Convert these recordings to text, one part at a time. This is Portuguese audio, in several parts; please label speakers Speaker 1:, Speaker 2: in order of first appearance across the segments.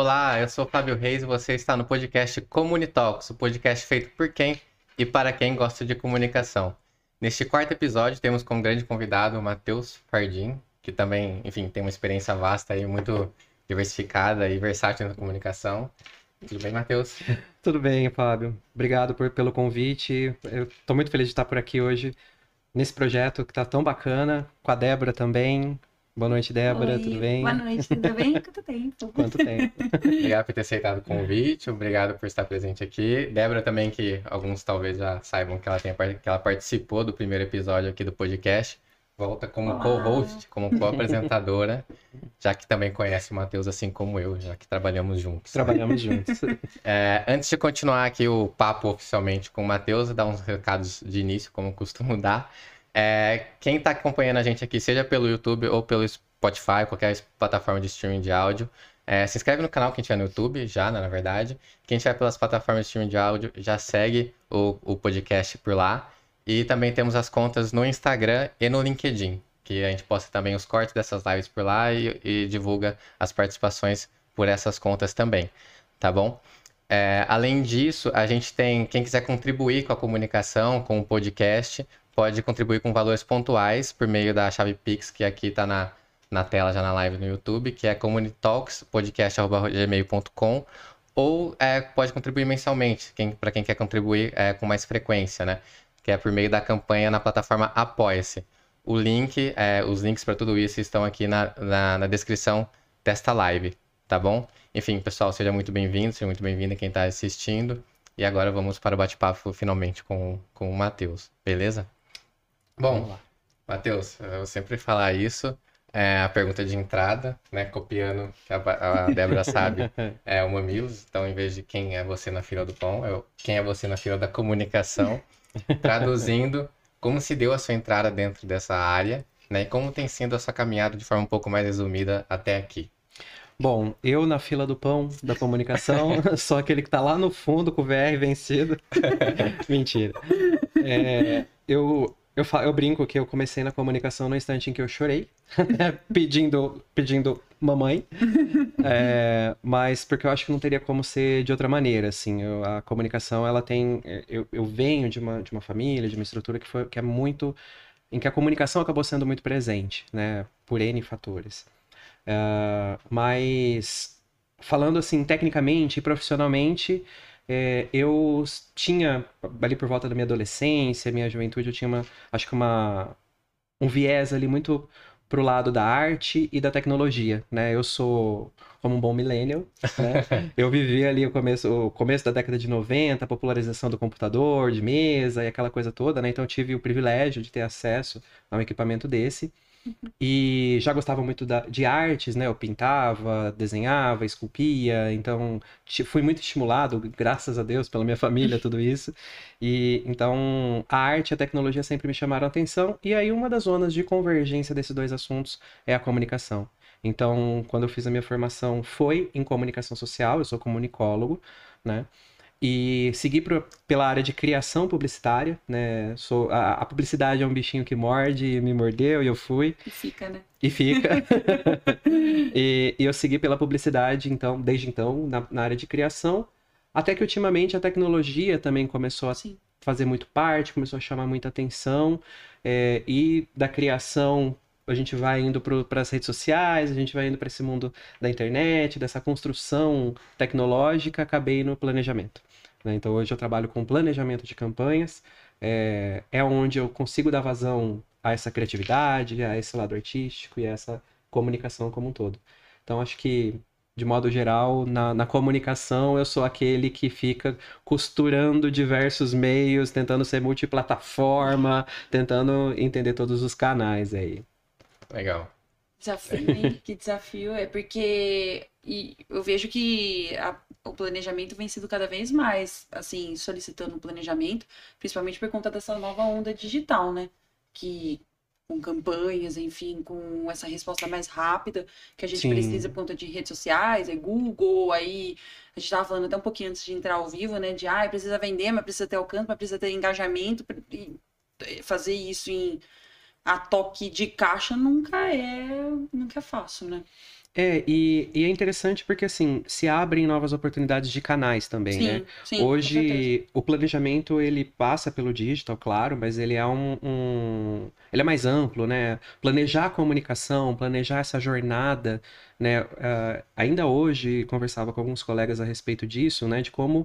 Speaker 1: Olá, eu sou o Fábio Reis e você está no podcast Comunitalks, o podcast feito por quem e para quem gosta de comunicação. Neste quarto episódio, temos como grande convidado o Matheus Fardim, que também, enfim, tem uma experiência vasta e muito diversificada e versátil na comunicação. Tudo bem, Matheus?
Speaker 2: Tudo bem, Fábio. Obrigado pelo convite. Eu estou muito feliz de estar por aqui hoje, nesse projeto que está tão bacana, com a Débora também. Boa noite, Débora, tudo
Speaker 3: Oi,
Speaker 2: bem?
Speaker 3: boa noite, tudo bem? Quanto tempo?
Speaker 2: Quanto tempo?
Speaker 1: Obrigado por ter aceitado o convite, obrigado por estar presente aqui. Débora também, que alguns talvez já saibam que ela participou do primeiro episódio aqui do podcast. Volta como co-host, como co-apresentadora, já que também conhece o Matheus assim como eu, já que trabalhamos juntos.
Speaker 2: Trabalhamos juntos.
Speaker 1: Antes de continuar aqui o papo oficialmente com o Matheus, dar uns recados de início, como eu costumo dar. Quem está acompanhando a gente aqui, seja pelo YouTube ou pelo Spotify, qualquer plataforma de streaming de áudio, se inscreve no canal, quem estiver no YouTube, já, na verdade. Quem estiver pelas plataformas de streaming de áudio, já segue o podcast por lá. E também temos as contas no Instagram e no LinkedIn, que a gente posta também os cortes dessas lives por lá e divulga as participações por essas contas também, tá bom? Além disso, a gente tem, quem quiser contribuir com a comunicação, com o podcast, pode contribuir com valores pontuais por meio da chave Pix, que aqui está na tela já na live no YouTube, que é comunitalkspodcast@gmail.com, ou pode contribuir mensalmente, para quem quer contribuir com mais frequência, né? Que é por meio da campanha na plataforma Apoia-se. Os links para tudo isso estão aqui na descrição desta live, tá bom? Enfim, pessoal, seja muito bem-vindo, seja muito bem-vinda quem está assistindo. E agora vamos para o bate-papo finalmente com o Matheus, beleza? Bom, Matheus, eu vou sempre falar isso. A pergunta de entrada, né? Copiando que a Débora sabe, é o Mamilos. Então, em vez de quem é você na fila do pão, quem é você na fila da comunicação. Traduzindo, como se deu a sua entrada dentro dessa área, né? E como tem sido a sua caminhada de forma um pouco mais resumida até aqui.
Speaker 2: Bom, eu na fila do pão da comunicação, só aquele que tá lá no fundo com o VR vencido. Mentira. Eu brinco que eu comecei na comunicação no instante em que eu chorei, pedindo mamãe, mas porque eu acho que não teria como ser de outra maneira, assim. A comunicação, ela tem... Eu venho de uma família, de uma estrutura que é muito... em que a comunicação acabou sendo muito presente, né? Por N fatores. Mas, falando assim, tecnicamente e profissionalmente... eu tinha, ali por volta da minha adolescência, minha juventude, eu tinha acho que um viés ali muito pro lado da arte e da tecnologia, né? Eu sou como um bom millennial, né? Eu vivi ali o começo da década de 90, a popularização do computador, de mesa e aquela coisa toda, né? Então eu tive o privilégio de ter acesso a um equipamento desse. E já gostava muito de artes, né? Eu pintava, desenhava, esculpia, então fui muito estimulado, graças a Deus, pela minha família, tudo isso. E então a arte e a tecnologia sempre me chamaram a atenção, e aí uma das zonas de convergência desses dois assuntos é a comunicação. Então, quando eu fiz a minha formação foi em comunicação social, eu sou comunicólogo, né? E segui pela área de criação publicitária, né? A publicidade é um bichinho que morde, me mordeu e eu fui.
Speaker 3: E fica, né?
Speaker 2: E fica. E eu segui pela publicidade, então, desde então, na área de criação. Até que ultimamente a tecnologia também começou a fazer muito parte, começou a chamar muita atenção. E da criação a gente vai indo para as redes sociais, a gente vai indo para esse mundo da internet, dessa construção tecnológica, acabei no planejamento. Né? Então hoje eu trabalho com planejamento de campanhas, é onde eu consigo dar vazão a essa criatividade, a esse lado artístico e a essa comunicação como um todo. Então acho que, de modo geral, na comunicação eu sou aquele que fica costurando diversos meios, tentando ser multiplataforma, tentando entender todos os canais aí.
Speaker 1: Legal.
Speaker 3: Desafio, hein? Que desafio. É porque eu vejo que o planejamento vem sendo cada vez mais, assim, solicitando planejamento, principalmente por conta dessa nova onda digital, né? Que com campanhas, enfim, com essa resposta mais rápida que a gente precisa por conta de redes sociais, Google, aí a gente estava falando até um pouquinho antes de entrar ao vivo, né? De, precisa vender, mas precisa ter alcance, mas precisa ter engajamento, e fazer isso a toque de caixa nunca é fácil, né?
Speaker 2: E é interessante porque, assim, se abrem novas oportunidades de canais também,
Speaker 3: Sim,
Speaker 2: né?
Speaker 3: sim, com certeza.
Speaker 2: Hoje, o planejamento, ele passa pelo digital, claro, mas ele é ele é mais amplo, né? Planejar a comunicação, planejar essa jornada, né? Ainda hoje, conversava com alguns colegas a respeito disso, né? De como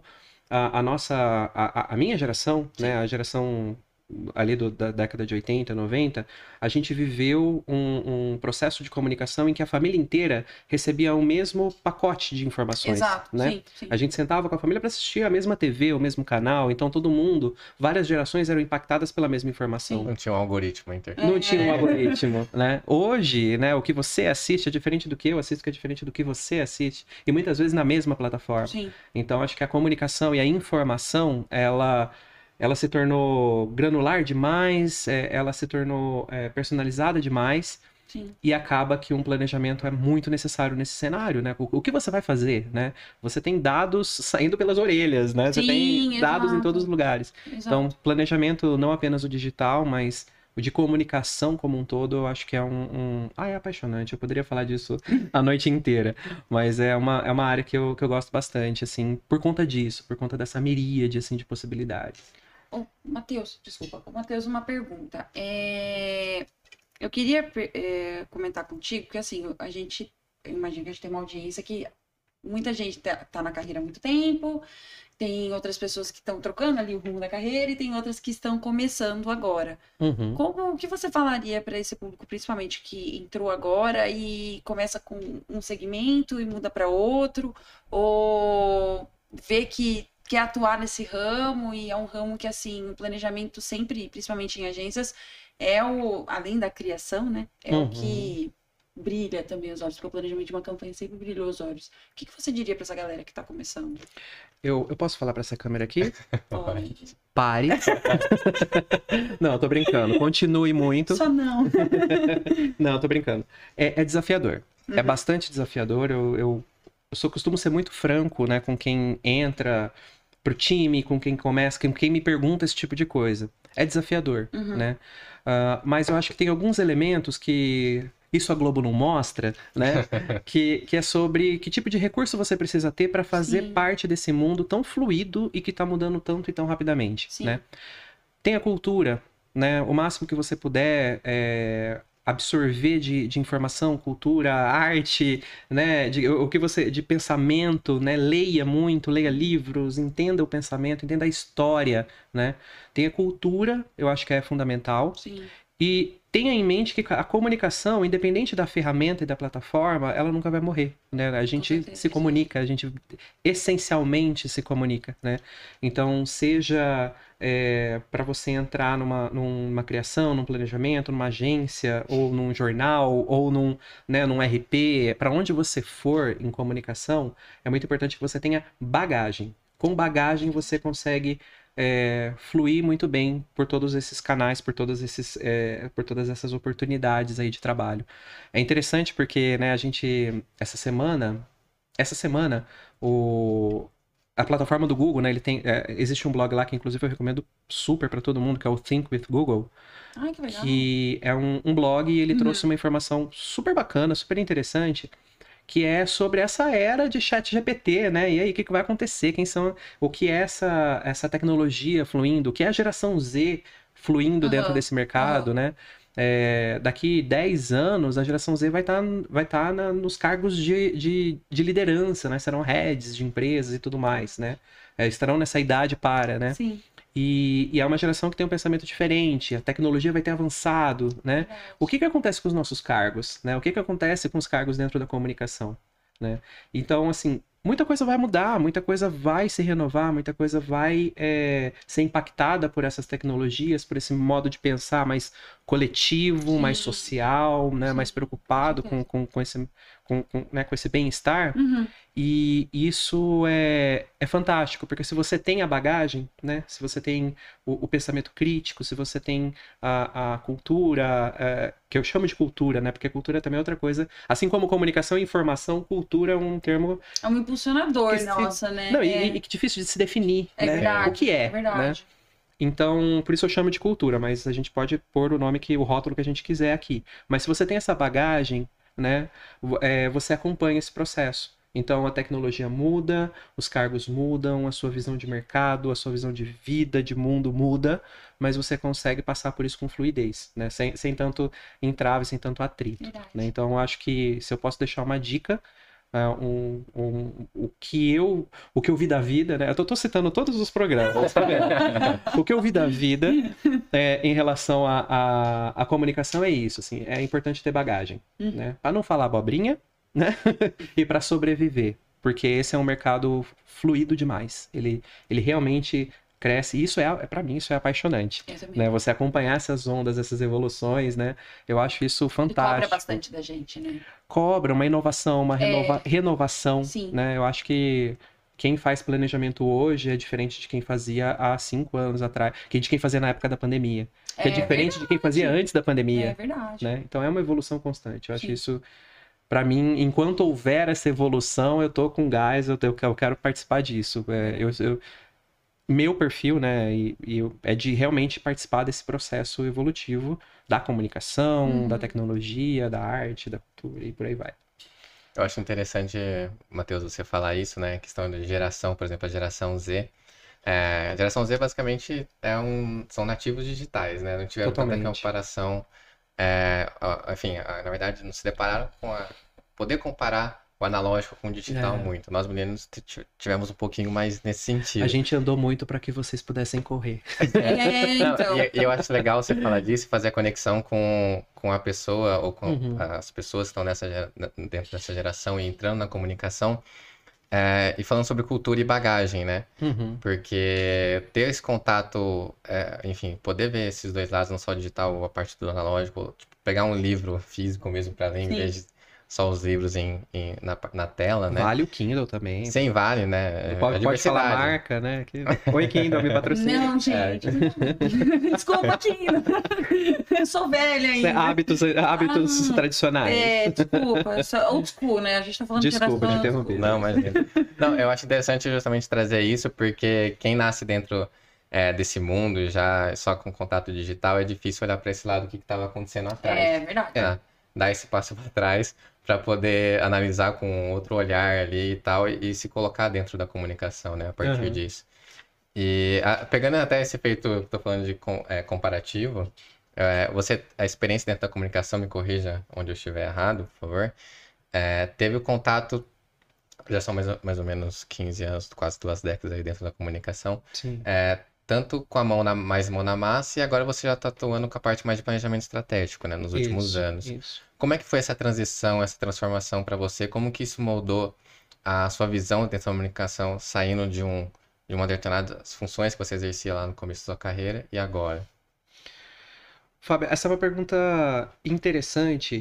Speaker 2: a minha geração, né? A geração ali da década de 80, 90, a gente viveu um processo de comunicação em que a família inteira recebia o mesmo pacote de informações,
Speaker 3: Exato,
Speaker 2: né?
Speaker 3: sim, sim.
Speaker 2: A gente sentava com a família para assistir a mesma TV, o mesmo canal, então todo mundo, várias gerações eram impactadas pela mesma informação.
Speaker 1: Não tinha um algoritmo na internet.
Speaker 2: Não tinha um algoritmo, né? Hoje, né, o que você assiste é diferente do que eu assisto, que é diferente do que você assiste, e muitas vezes na mesma plataforma.
Speaker 3: Sim.
Speaker 2: Então, acho que a comunicação e a informação, ela se tornou granular demais, ela se tornou personalizada demais.
Speaker 3: Sim.
Speaker 2: E acaba que um planejamento é muito necessário nesse cenário, né? O que você vai fazer, né? Você tem dados saindo pelas orelhas, né? Você tem dados em todos os lugares.
Speaker 3: Exato.
Speaker 2: Então, planejamento não apenas o digital, mas o de comunicação como um todo, eu acho que é é apaixonante. Eu poderia falar disso a noite inteira. Mas é uma área que eu gosto bastante, assim, por conta disso, por conta dessa miríade, assim, de possibilidades.
Speaker 3: Matheus, desculpa. Matheus, uma pergunta. Eu queria comentar contigo que, assim, eu imagino que a gente tem uma audiência que muita gente tá na carreira há muito tempo, tem outras pessoas que estão trocando ali o rumo da carreira e tem outras que estão começando agora.
Speaker 2: Uhum.
Speaker 3: O que você falaria para esse público, principalmente que entrou agora e começa com um segmento e muda para outro, ou vê que quer atuar nesse ramo e é um ramo que, assim, o planejamento sempre, principalmente em agências, além da criação, né? O que brilha também os olhos, porque o planejamento de uma campanha sempre brilhou os olhos. O que você diria para essa galera que tá começando?
Speaker 2: Eu posso falar para essa câmera aqui?
Speaker 3: Pode.
Speaker 2: Pare. Não, eu tô brincando. Continue muito.
Speaker 3: Só não.
Speaker 2: Não, eu tô brincando. É desafiador. É bastante desafiador. Eu costumo ser muito franco, né, com quem entra pro time, com quem começa, com quem me pergunta esse tipo de coisa. É desafiador, né? Mas eu acho que tem alguns elementos que isso a Globo não mostra, né? que é sobre que tipo de recurso você precisa ter para fazer parte desse mundo tão fluido e que tá mudando tanto e tão rapidamente, né? Tem a cultura, né? O máximo que você puder absorver de informação, cultura, arte, né, de pensamento, né, leia muito, leia livros, entenda o pensamento, entenda a história, né, tem a cultura, eu acho que é fundamental.
Speaker 3: Sim.
Speaker 2: E tenha em mente que a comunicação, independente da ferramenta e da plataforma, ela nunca vai morrer, né? A gente se comunica, a gente essencialmente se comunica, né? Então, seja para você entrar numa criação, num planejamento, numa agência, ou num jornal, ou num RP, para onde você for em comunicação, é muito importante que você tenha bagagem. Com bagagem, você consegue fluir muito bem por todos esses canais, por todas essas oportunidades aí de trabalho. É interessante porque, né, essa semana, a plataforma do Google, né, existe um blog lá que inclusive eu recomendo super para todo mundo, que é o Think with Google.
Speaker 3: Ai, que legal.
Speaker 2: Que é um blog e ele trouxe uma informação super bacana, super interessante, que é sobre essa era de ChatGPT, né? E aí, o que vai acontecer? O que é essa tecnologia fluindo? O que é a geração Z fluindo dentro desse mercado, né? Daqui 10 anos, a geração Z vai tá nos cargos de liderança, né? Serão heads de empresas e tudo mais, né? Estarão nessa idade né?
Speaker 3: Sim.
Speaker 2: E é uma geração que tem um pensamento diferente, a tecnologia vai ter avançado, né? O que acontece com os nossos cargos, né? O que acontece com os cargos dentro da comunicação, né? Então, assim, muita coisa vai mudar, muita coisa vai se renovar, muita coisa vai ser impactada por essas tecnologias, por esse modo de pensar mais coletivo, mais social, né? Mais preocupado com esse bem-estar. E isso é fantástico, porque se você tem a bagagem, né? Se você tem o pensamento crítico, se você tem a cultura, que eu chamo de cultura, né? Porque cultura também é outra coisa. Assim como comunicação e informação, cultura é um termo...
Speaker 3: É um impulsionador, né?
Speaker 2: Não, e que difícil de se definir, né?
Speaker 3: Verdade,
Speaker 2: o que é
Speaker 3: verdade.
Speaker 2: Né? Então, por isso eu chamo de cultura, mas a gente pode pôr o rótulo que a gente quiser aqui. Mas se você tem essa bagagem, né, você acompanha esse processo. Então a tecnologia muda, os cargos mudam, a sua visão de mercado, a sua visão de vida, de mundo muda, mas você consegue passar por isso com fluidez, né? Sem tanto entrave, sem tanto atrito. Né? Então eu acho que se eu posso deixar uma dica, o que eu vi da vida, né? Eu tô citando todos os programas, tá vendo? O que eu vi da vida em relação à comunicação é isso, assim, é importante ter bagagem, né? Para não falar abobrinha, né? E para sobreviver, porque esse é um mercado fluido demais. Ele realmente cresce. E isso para mim, isso é apaixonante, né? Você acompanhar essas ondas, essas evoluções, né? Eu acho isso fantástico.
Speaker 3: Ele cobra bastante da gente, né?
Speaker 2: Cobra uma inovação, uma renovação,
Speaker 3: Sim.
Speaker 2: né? Eu acho que quem faz planejamento hoje é diferente de quem fazia há 5 anos atrás, de quem fazia na época da pandemia, que é diferente
Speaker 3: verdade.
Speaker 2: De quem fazia antes da pandemia.
Speaker 3: É verdade.
Speaker 2: Né? Então é uma evolução constante. Eu acho isso, para mim, enquanto houver essa evolução, eu tô com gás, eu quero participar disso. Meu perfil, né, é de realmente participar desse processo evolutivo da comunicação, da tecnologia, da arte, da cultura e por aí vai.
Speaker 1: Eu acho interessante, Matheus, você falar isso, né? A questão de geração, por exemplo, a geração Z. A geração Z, basicamente, são nativos digitais, né? Não tiveram tanta comparação. Enfim, na verdade, não se depararam com poder comparar o analógico com o digital muito. Nós, meninos, tivemos um pouquinho mais nesse sentido.
Speaker 2: A gente andou muito para que vocês pudessem correr.
Speaker 3: Então.
Speaker 1: E eu acho legal você falar disso, fazer a conexão com a pessoa ou com as pessoas que estão dentro dessa geração e entrando na comunicação. E falando sobre cultura e bagagem, né? Porque ter esse contato, enfim, poder ver esses dois lados, não só digital ou a parte do analógico, tipo, pegar um livro físico mesmo para ler, em vez de só os livros na tela, né?
Speaker 2: Vale o Kindle também.
Speaker 1: Sim, vale, né?
Speaker 2: Pode falar marca, né? Oi, Kindle, me patrocina.
Speaker 3: Não, gente. Desculpa, Kindle. Eu sou velha ainda.
Speaker 2: Hábitos tradicionais.
Speaker 3: Desculpa. Old school, né? A gente tá falando de geração.
Speaker 2: Desculpa, te interrompi.
Speaker 1: Não, eu acho interessante justamente trazer isso, porque quem nasce dentro desse mundo, já só com contato digital, é difícil olhar para esse lado, o que estava acontecendo atrás.
Speaker 3: É verdade.
Speaker 1: Dar esse passo para trás para poder analisar com outro olhar ali e tal, e se colocar dentro da comunicação, né, a partir disso. E pegando até esse efeito que tô falando de comparativo, a experiência dentro da comunicação, me corrija onde eu estiver errado, por favor, teve o contato, já são mais ou menos 15 anos, quase 2 décadas aí dentro da comunicação.
Speaker 2: Sim.
Speaker 1: Tanto com mais mão na massa, e agora você já está atuando com a parte mais de planejamento estratégico, né, nos últimos anos.
Speaker 2: Isso.
Speaker 1: Como é que foi essa transição, essa transformação para você? Como que isso moldou a sua visão dentro da comunicação, saindo de uma determinada funções que você exercia lá no começo da sua carreira e agora?
Speaker 2: Fábio, essa é uma pergunta interessante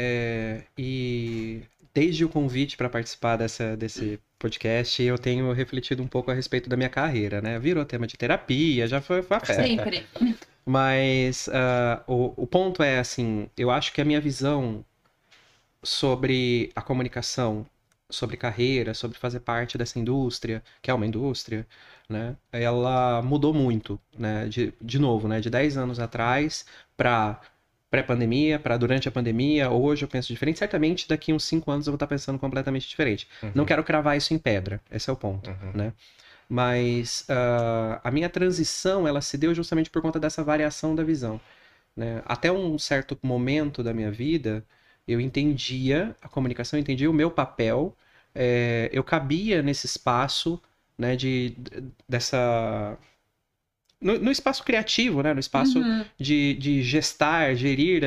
Speaker 2: e desde o convite para participar desse podcast, eu tenho refletido um pouco a respeito da minha carreira, né? Virou tema de terapia, já foi a festa.
Speaker 3: Sempre.
Speaker 2: Mas o ponto é assim, eu acho que a minha visão sobre a comunicação, sobre carreira, sobre fazer parte dessa indústria, que é uma indústria, né? Ela mudou muito, né? De novo, né? De 10 anos atrás para pré-pandemia, para durante a pandemia, hoje eu penso diferente. Certamente daqui uns 5 anos eu vou estar pensando completamente diferente. Não quero cravar isso em pedra, esse é o ponto, né? Mas a minha transição, ela se deu justamente por conta dessa variação da visão, né? Até um certo momento da minha vida, eu entendia a comunicação, eu entendia o meu papel, eu cabia nesse espaço, né, dessa... No espaço criativo, né? No espaço de gestar, gerir,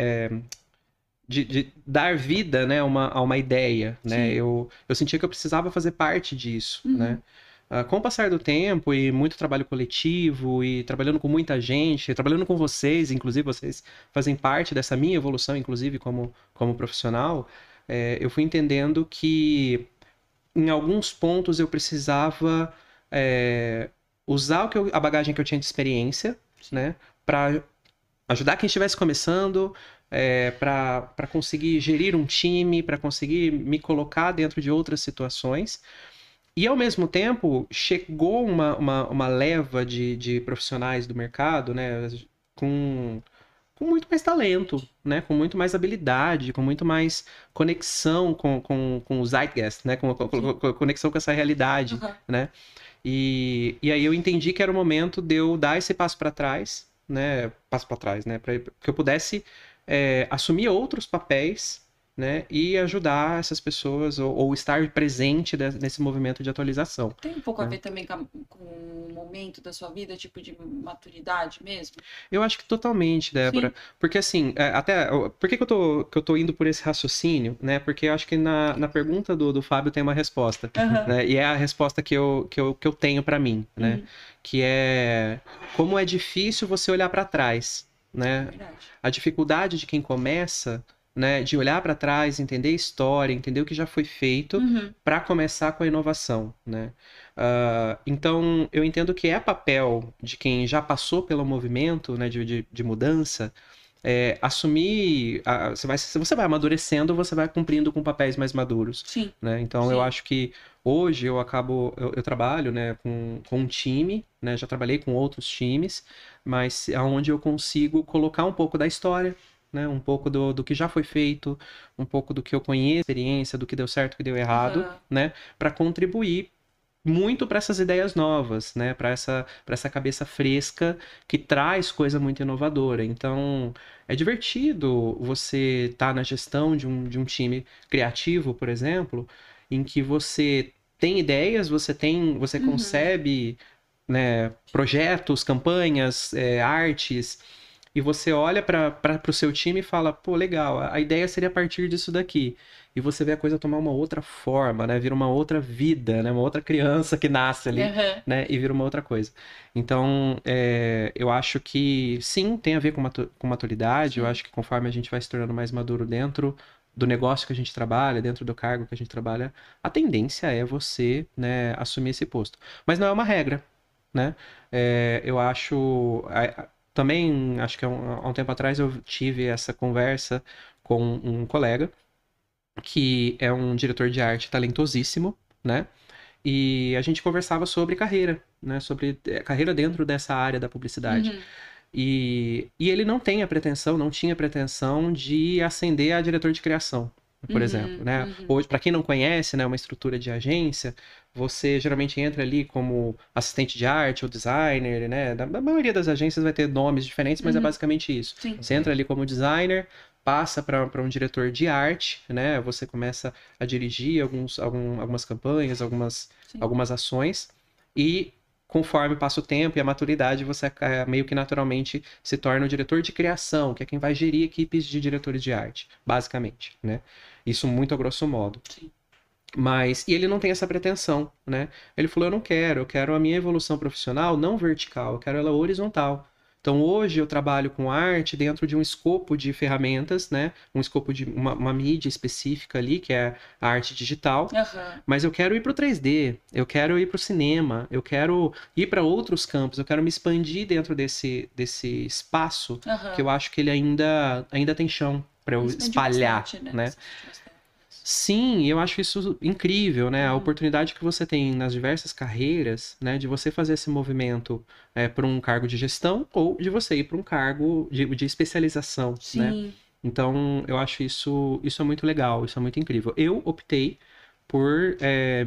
Speaker 2: de dar vida, né, a uma ideia, né? Eu sentia que eu precisava fazer parte disso, né? Com o passar do tempo e muito trabalho coletivo e trabalhando com muita gente, trabalhando com vocês, inclusive vocês fazem parte dessa minha evolução, inclusive como profissional, eu fui entendendo que em alguns pontos eu precisava usar a bagagem que eu tinha de experiência, né, para ajudar quem estivesse começando, para conseguir gerir um time, para conseguir me colocar dentro de outras situações. E, ao mesmo tempo, chegou uma leva de profissionais do mercado, né, com com muito mais talento, né? Com muito mais habilidade, com muito mais conexão com o zeitgeist, né? Com conexão com essa realidade,
Speaker 3: Uhum.
Speaker 2: né? E aí eu entendi que era o momento de eu dar esse passo para trás, né? Passo para trás, né? Para que eu pudesse assumir outros papéis, né? E ajudar essas pessoas ou estar presente nesse movimento de atualização.
Speaker 3: Tem um pouco a
Speaker 2: né?
Speaker 3: ver também com o momento da sua vida, tipo de maturidade mesmo?
Speaker 2: Eu acho que totalmente, Débora.
Speaker 3: Sim.
Speaker 2: Porque assim, por que que eu tô indo por esse raciocínio, né? Porque eu acho que na pergunta do Fábio tem uma resposta,
Speaker 3: Aham.
Speaker 2: né? E é a resposta que eu tenho para mim, né?
Speaker 3: Uhum.
Speaker 2: Que é como é difícil você olhar para trás, né?
Speaker 3: Verdade.
Speaker 2: A dificuldade de quem começa, né? De olhar para trás, entender a história, entender o que já foi feito,
Speaker 3: Uhum.
Speaker 2: para começar com a inovação, né? Então, eu entendo que é papel de quem já passou pelo movimento, né, de mudança, assumir. Se você vai amadurecendo, você vai cumprindo com papéis mais maduros.
Speaker 3: Sim.
Speaker 2: Né? Então,
Speaker 3: Sim.
Speaker 2: eu acho que hoje eu trabalho, né, com um time, né, já trabalhei com outros times, mas aonde eu consigo colocar um pouco da história. Né, um pouco do que já foi feito, um pouco do que eu conheço, experiência, do que deu certo, do que deu errado,
Speaker 3: Uhum.
Speaker 2: né, para contribuir muito para essas ideias novas, né, para essa cabeça fresca que traz coisa muito inovadora. Então, é divertido você estar na gestão de um time criativo, por exemplo, em que você tem ideias, você
Speaker 3: Uhum.
Speaker 2: concebe, né, projetos, campanhas, artes, e você olha para o seu time e fala, pô, legal, a ideia seria a partir disso daqui. E você vê a coisa tomar uma outra forma, né? Vira uma outra vida, né? Uma outra criança que nasce ali,
Speaker 3: Uhum.
Speaker 2: né? E vira uma outra coisa. Então, eu acho que sim, tem a ver com maturidade. Eu
Speaker 3: Sim.
Speaker 2: acho que conforme a gente vai se tornando mais maduro dentro do negócio que a gente trabalha, dentro do cargo que a gente trabalha, a tendência é você, né, assumir esse posto. Mas não é uma regra, né? Eu acho... Também, acho que há um tempo atrás eu tive essa conversa com um colega que é um diretor de arte talentosíssimo, né? E a gente conversava sobre carreira, né? Sobre carreira dentro dessa área da publicidade.
Speaker 3: Uhum.
Speaker 2: E ele não tinha pretensão de ascender a diretor de criação, por exemplo, né?
Speaker 3: Uhum.
Speaker 2: Hoje, para quem não conhece, né, uma estrutura de agência, você geralmente entra ali como assistente de arte ou designer, né? Na maioria das agências vai ter nomes diferentes, mas é basicamente isso.
Speaker 3: Sim.
Speaker 2: Você entra ali como designer, passa para um diretor de arte, né? Você começa a dirigir algumas campanhas,
Speaker 3: Sim.
Speaker 2: algumas ações e conforme passa o tempo e a maturidade, você meio que naturalmente se torna o diretor de criação, que é quem vai gerir equipes de diretores de arte, basicamente, né? Isso muito a grosso modo.
Speaker 3: Sim.
Speaker 2: E ele não tem essa pretensão, né? Ele falou, eu quero a minha evolução profissional não vertical, eu quero ela horizontal. Então, hoje eu trabalho com arte dentro de um escopo de ferramentas, né? Um escopo de uma mídia específica ali, que é a arte digital.
Speaker 3: Uhum.
Speaker 2: Mas eu quero ir para o 3D, eu quero ir para o cinema, eu quero ir para outros campos, eu quero me expandir dentro desse espaço que eu acho que ele ainda tem chão para eu espalhar,
Speaker 3: Bastante,
Speaker 2: né?
Speaker 3: Bastante.
Speaker 2: Sim, eu acho isso incrível, né? A oportunidade que você tem nas diversas carreiras, né? De você fazer esse movimento para um cargo de gestão ou de você ir para um cargo de especialização,
Speaker 3: Sim.
Speaker 2: né? Então, eu acho isso é muito legal, isso é muito incrível. Eu optei por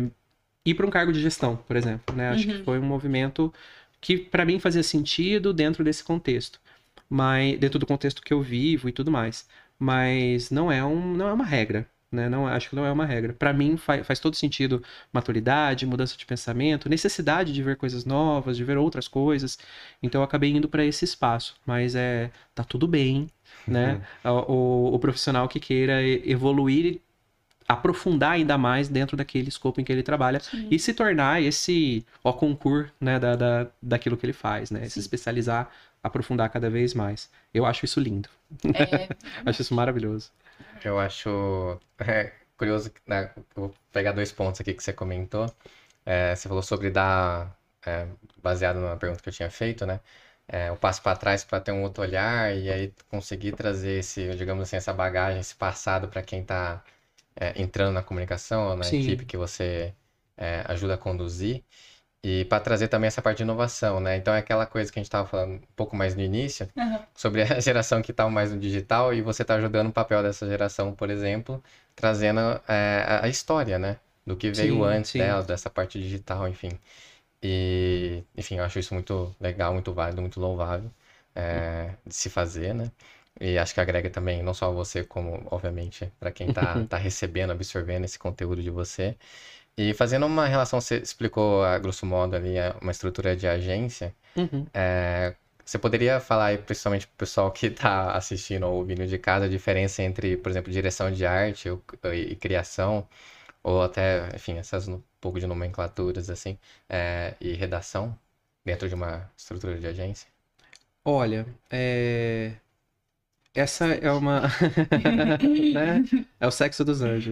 Speaker 2: ir para um cargo de gestão, por exemplo, né? Acho que foi um movimento que para mim fazia sentido dentro desse contexto, mas dentro do contexto que eu vivo e tudo mais. Mas não é uma regra, né? Não, acho que não é uma regra. Para mim faz todo sentido maturidade, mudança de pensamento, necessidade de ver coisas novas, de ver outras coisas. Então eu acabei indo para esse espaço, mas tá tudo bem, né? O profissional que queira evoluir, aprofundar ainda mais dentro daquele escopo em que ele trabalha. Sim. E se tornar esse concurso, né, daquilo que ele faz, né? Sim. Se especializar, aprofundar cada vez mais. Eu acho isso lindo. Acho isso maravilhoso.
Speaker 1: Eu acho curioso, né? Eu vou pegar 2 pontos aqui que você comentou. Você falou sobre dar, baseado na pergunta que eu tinha feito, né? O passo para trás para ter um outro olhar e aí conseguir trazer digamos assim, essa bagagem, esse passado para quem está entrando na comunicação, na
Speaker 2: Sim.
Speaker 1: equipe que você ajuda a conduzir. E para trazer também essa parte de inovação, né? Então é aquela coisa que a gente estava falando um pouco mais no início, sobre a geração que está mais no digital, e você está ajudando o papel dessa geração, por exemplo, trazendo a história, né? Do que veio antes dela, dessa parte digital, enfim. E, enfim, eu acho isso muito legal, muito válido, muito louvável de se fazer, né? E acho que agrega também, não só você, como, obviamente, para quem tá recebendo, absorvendo esse conteúdo de você. E fazendo uma relação, você explicou, a grosso modo, ali, uma estrutura de agência. Você poderia falar aí, principalmente pro pessoal que tá assistindo ou ouvindo de casa, a diferença entre, por exemplo, direção de arte e criação, ou até, enfim, essas um pouco de nomenclaturas, assim, e redação dentro de uma estrutura de agência?
Speaker 2: Olha, essa é uma... né? É o sexo dos anjos.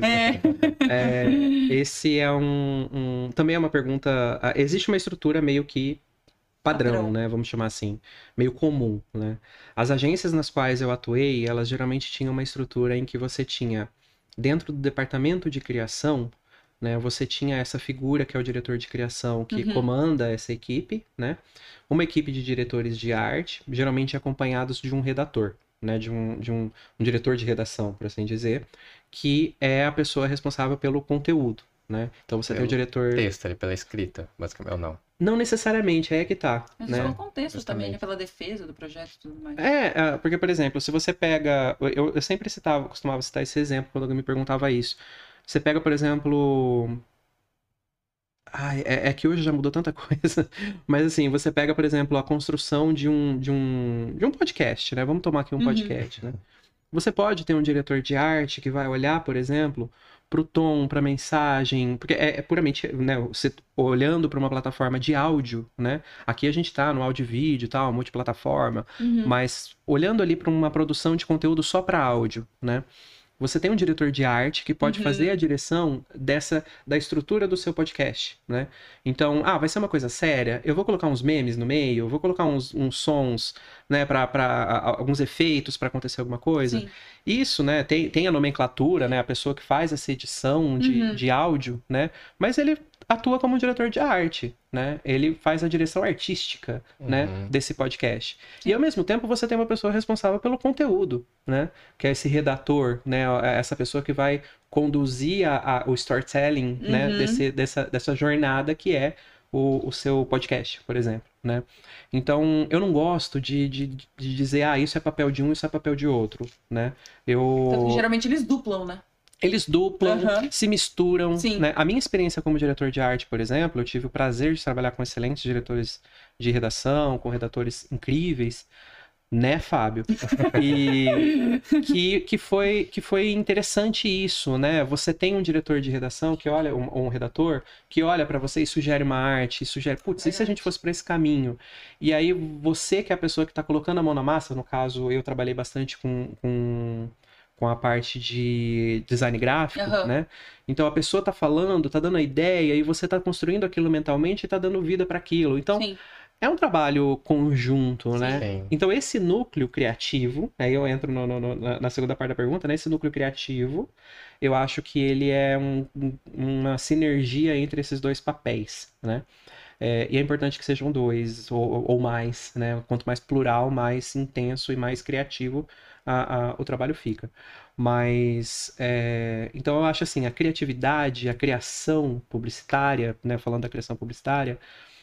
Speaker 2: Esse é também é uma pergunta... Existe uma estrutura meio que padrão, né? Vamos chamar assim. Meio comum, né? As agências nas quais eu atuei, elas geralmente tinham uma estrutura em que você tinha, dentro do departamento de criação, né? Você tinha essa figura que é o diretor de criação que comanda essa equipe, né? Uma equipe de diretores de arte, geralmente acompanhados de um redator, né? De um diretor de redação, por assim dizer, que é a pessoa responsável pelo conteúdo, né? Então você tem o diretor...
Speaker 1: texto ali, pela escrita, basicamente, ou não?
Speaker 2: Não necessariamente, é que tá.
Speaker 3: Mas
Speaker 2: né?
Speaker 3: pelo contexto também, né? Pela defesa do projeto e tudo mais.
Speaker 2: Porque, por exemplo, se você pega... Eu sempre costumava citar esse exemplo quando alguém me perguntava isso. Você pega, por exemplo... é que hoje já mudou tanta coisa. Mas assim, você pega, por exemplo, a construção de um podcast, né? Vamos tomar aqui um podcast, né? Você pode ter um diretor de arte que vai olhar, por exemplo, para o tom, para a mensagem, porque é puramente, né, você olhando para uma plataforma de áudio, né? Aqui a gente está no áudio e vídeo, tal, multiplataforma, mas olhando ali para uma produção de conteúdo só para áudio, né? Você tem um diretor de arte que pode fazer a direção da estrutura do seu podcast, né? Então, vai ser uma coisa séria, eu vou colocar uns memes no meio, eu vou colocar uns sons, né, para alguns efeitos para acontecer alguma coisa.
Speaker 3: Sim.
Speaker 2: Isso, né, tem a nomenclatura, né, a pessoa que faz essa edição de áudio, né? Mas ele atua como um diretor de arte, né? Ele faz a direção artística, né, desse podcast. E ao mesmo tempo você tem uma pessoa responsável pelo conteúdo, né? Que é esse redator, né? Essa pessoa que vai conduzir o storytelling, né? Dessa jornada que é o seu podcast, por exemplo, né? Então, eu não gosto de dizer, isso é papel de um, isso é papel de outro, né?
Speaker 3: Tanto que geralmente eles duplam, né?
Speaker 2: Eles duplam, se misturam, né? A minha experiência como diretor de arte, por exemplo, eu tive o prazer de trabalhar com excelentes diretores de redação, com redatores incríveis, né, Fábio? E que foi interessante isso, né? Você tem um diretor de redação que olha, um redator, que olha para você e sugere uma arte, sugere, putz, e se a gente fosse para esse caminho? E aí você, que é a pessoa que está colocando a mão na massa, no caso, eu trabalhei bastante com a parte de design gráfico, né? Então a pessoa tá falando, tá dando a ideia, e você tá construindo aquilo mentalmente e tá dando vida para aquilo. Então, é um trabalho conjunto, né?
Speaker 1: Sim.
Speaker 2: Então esse núcleo criativo, aí eu entro na segunda parte da pergunta, né? Esse núcleo criativo, eu acho que ele é uma sinergia entre esses dois papéis, né? E é importante que sejam dois ou mais, né? Quanto mais plural, mais intenso e mais criativo o trabalho fica. Mas, então eu acho assim, a criatividade, a criação publicitária, né? Falando da criação publicitária,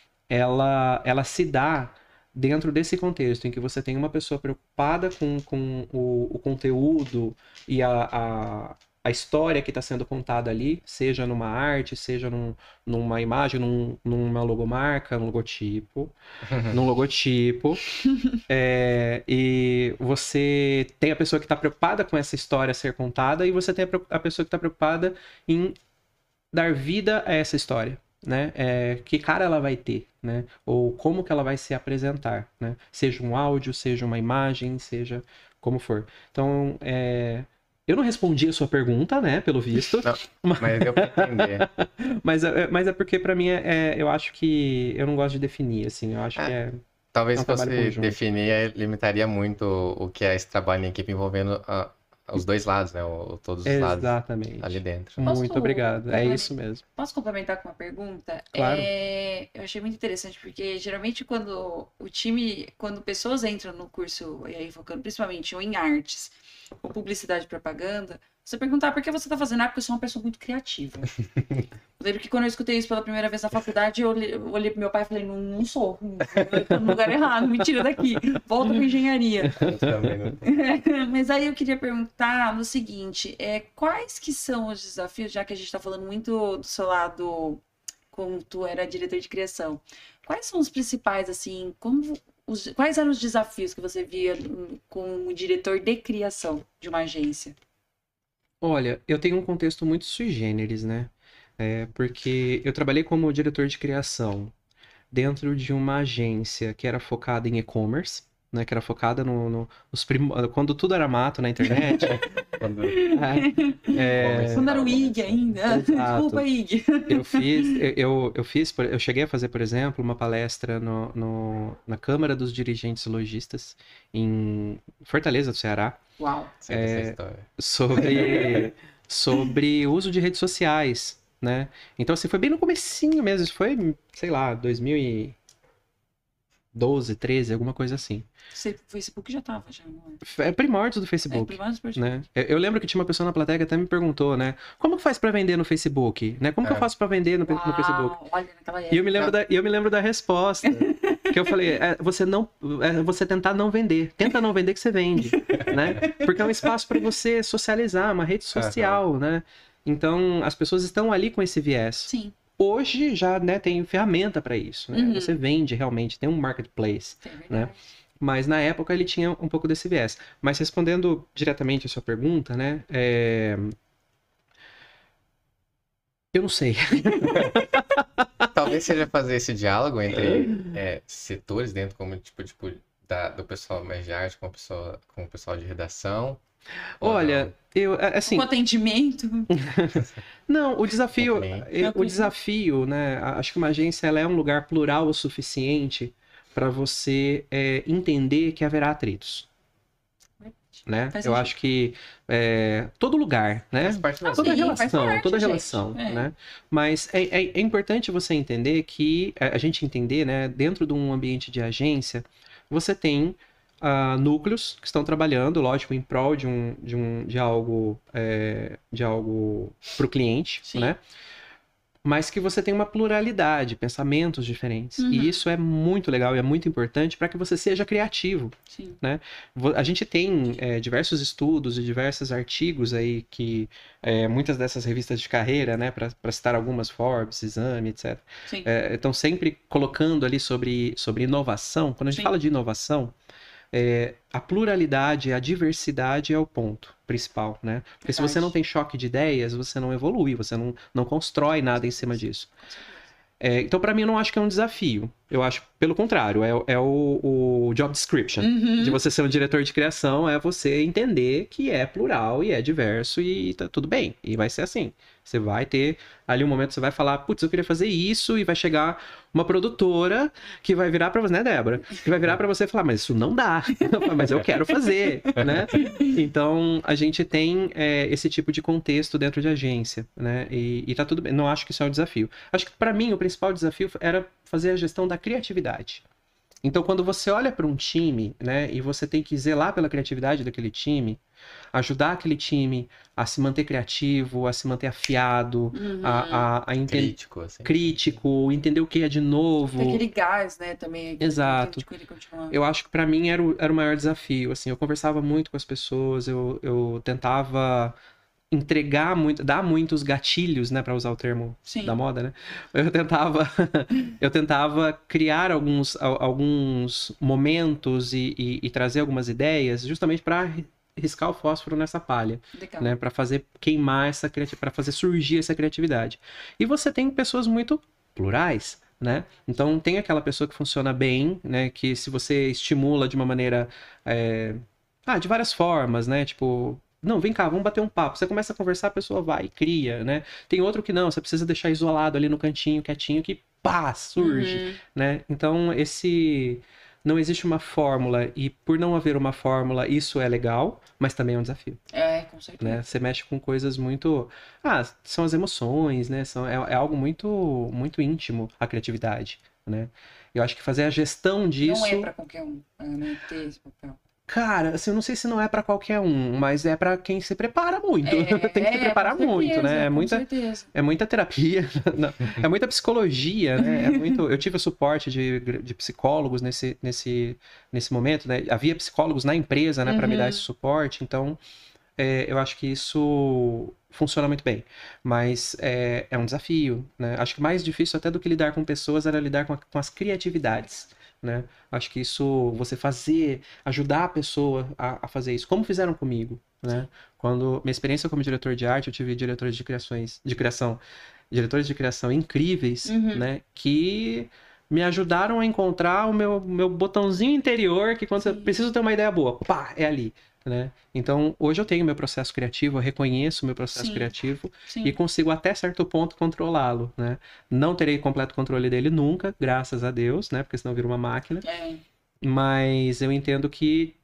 Speaker 2: ela se dá dentro desse contexto em que você tem uma pessoa preocupada com o conteúdo e a história que está sendo contada ali, seja numa arte, seja numa imagem, numa logomarca, num logotipo, e você tem a pessoa que está preocupada com essa história ser contada e você tem a pessoa que está preocupada em dar vida a essa história, né? Que cara ela vai ter, né? Ou como que ela vai se apresentar, né? Seja um áudio, seja uma imagem, seja como for. Então, eu não respondi a sua pergunta, né? Pelo visto.
Speaker 1: Não, mas deu pra entender.
Speaker 2: mas é porque pra mim eu acho que eu não gosto de definir, assim. Eu acho que
Speaker 1: talvez
Speaker 2: um
Speaker 1: se fosse
Speaker 2: trabalho conjunto.
Speaker 1: definir, limitaria muito o que é esse trabalho em equipe envolvendo os dois lados, né? Todos os lados
Speaker 2: Exatamente.
Speaker 1: ali dentro.
Speaker 2: Muito obrigado. É isso mesmo.
Speaker 3: Posso complementar com uma pergunta?
Speaker 2: Claro.
Speaker 3: Eu achei muito interessante, porque geralmente quando pessoas entram no curso, e aí focando principalmente ou em artes, ou publicidade e propaganda, você perguntar por que você está fazendo, porque eu sou uma pessoa muito criativa. Eu lembro que quando eu escutei isso pela primeira vez na faculdade, eu olhei pro meu pai e falei, não sou, eu tô no lugar errado, me tira daqui, volta pra engenharia.
Speaker 1: Eu também não...
Speaker 3: Mas aí eu queria perguntar no seguinte, quais que são os desafios, já que a gente está falando muito do seu lado, como tu era diretor de criação, quais são os principais, assim, quais eram os desafios que você via com o diretor de criação de uma agência?
Speaker 2: Olha, eu tenho um contexto muito sui generis, né? Porque eu trabalhei como diretor de criação dentro de uma agência que era focada em e-commerce, né? Que era focada quando tudo era mato na internet.
Speaker 1: Quando
Speaker 3: Quando era o IG ainda.
Speaker 2: Exato.
Speaker 3: Desculpa, IG.
Speaker 2: Eu cheguei a fazer, por exemplo, uma palestra na Câmara dos Dirigentes Logistas em Fortaleza do Ceará.
Speaker 3: Uau.
Speaker 1: Sei dessa história.
Speaker 2: sobre o uso de redes sociais, né? Então, assim, foi bem no comecinho mesmo. Isso foi, sei lá, 2012, 13, alguma coisa assim.
Speaker 3: O Facebook já tava, já.
Speaker 2: É primórdios do Facebook.
Speaker 3: Primórdios do Facebook.
Speaker 2: Né? Eu lembro que tinha uma pessoa na plateia que até me perguntou, né? Como que faz pra vender no Facebook? Né? Como que eu faço pra vender no Facebook?
Speaker 3: Olha, naquela época.
Speaker 2: E eu me lembro da resposta. Que eu falei, você tentar não vender. Tenta não vender que você vende, né? Porque é um espaço para você socializar, uma rede social, né? Então, as pessoas estão ali com esse viés.
Speaker 3: Sim.
Speaker 2: Hoje já, né, tem ferramenta para isso, né? Você vende realmente, tem um marketplace, né? Mas na época ele tinha um pouco desse viés. Mas respondendo diretamente a sua pergunta, né? Eu não sei.
Speaker 1: Talvez seja fazer esse diálogo entre setores dentro, como tipo do pessoal mais de arte com o pessoal de redação.
Speaker 2: Olha, assim...
Speaker 3: O atendimento.
Speaker 2: Não, o desafio, né? Acho que uma agência ela é um lugar plural o suficiente para você entender que haverá atritos. Né? Eu acho que todo lugar, né? Toda relação, né? Mas é importante você entender que a gente entender, né? Dentro de um ambiente de agência, você tem núcleos que estão trabalhando, lógico, em prol de algo para o cliente, né? Mas que você tem uma pluralidade, pensamentos diferentes. E isso é muito legal e é muito importante para que você seja criativo.
Speaker 3: Sim.
Speaker 2: Né? A gente tem diversos estudos e diversos artigos aí que muitas dessas revistas de carreira, né, para citar algumas, Forbes, Exame, etc., estão sempre colocando ali sobre inovação. Quando a gente fala de inovação, a pluralidade, a diversidade é o ponto principal, né? Porque se você não tem choque de ideias, você não evolui, você não constrói nada em cima disso. Então, para mim, eu não acho que é um desafio. Eu acho, pelo contrário, é o job description de você ser um diretor de criação, é você entender que é plural e é diverso e tá tudo bem. E vai ser assim. Você vai ter ali um momento que você vai falar, putz, eu queria fazer isso, e vai chegar uma produtora que vai virar pra você, né, Débora? Que vai virar pra você e falar, mas isso não dá. Mas eu quero fazer, né? Então, a gente tem esse tipo de contexto dentro de agência, né? E tá tudo bem. Não acho que isso é um desafio. Acho que, pra mim, o principal desafio era fazer a gestão da criatividade. Então, quando você olha para um time, né, e você tem que zelar pela criatividade daquele time, ajudar aquele time a se manter criativo, a se manter afiado, a entender... Crítico, entender o que é de novo.
Speaker 3: Tem aquele gás, né, também.
Speaker 2: Exato. Eu acho que para mim era o maior desafio, assim, eu conversava muito com as pessoas, eu tentava dar muitos gatilhos, né, para usar o termo da moda, né? Eu tentava criar alguns momentos e trazer algumas ideias justamente para riscar o fósforo nessa palha, né, para fazer queimar para fazer surgir essa criatividade. E você tem pessoas muito plurais, né? Então tem aquela pessoa que funciona bem, né, que se você estimula de uma maneira de várias formas, né, tipo, não, vem cá, vamos bater um papo. Você começa a conversar, a pessoa vai, cria, né? Tem outro que não, você precisa deixar isolado ali no cantinho, quietinho, que pá, surge, né? Então, não existe uma fórmula, e por não haver uma fórmula, isso é legal, mas também é um desafio,
Speaker 3: Com certeza.
Speaker 2: né? Você mexe com coisas muito... são as emoções, né? É algo muito, muito íntimo, a criatividade, né? Eu acho que fazer a gestão disso...
Speaker 3: Não é pra qualquer um, né, ter esse papel.
Speaker 2: Cara, assim, eu não sei se não é pra qualquer um, mas é pra quem se prepara muito. Tem que se preparar
Speaker 3: com
Speaker 2: muito,
Speaker 3: certeza,
Speaker 2: né?
Speaker 3: com certeza.
Speaker 2: É muita terapia, não, é muita psicologia, né? Eu tive o suporte de psicólogos nesse momento, né? Havia psicólogos na empresa, né, pra me dar esse suporte, então eu acho que isso funciona muito bem. Mas é um desafio, né? Acho que mais difícil até do que lidar com pessoas era lidar com as criatividades, né? Acho que isso, você ajudar a pessoa a fazer isso, como fizeram comigo, né? Quando minha experiência como diretor de arte, eu tive diretores diretores de criação incríveis, né? Que me ajudaram a encontrar o meu botãozinho interior, que quando eu preciso ter uma ideia boa, pá, é ali. Né? Então, hoje eu tenho meu processo criativo, eu reconheço o meu processo criativo e consigo até certo ponto controlá-lo, né? Não terei completo controle dele nunca, graças a Deus, né? Porque senão vira uma máquina. Mas eu entendo que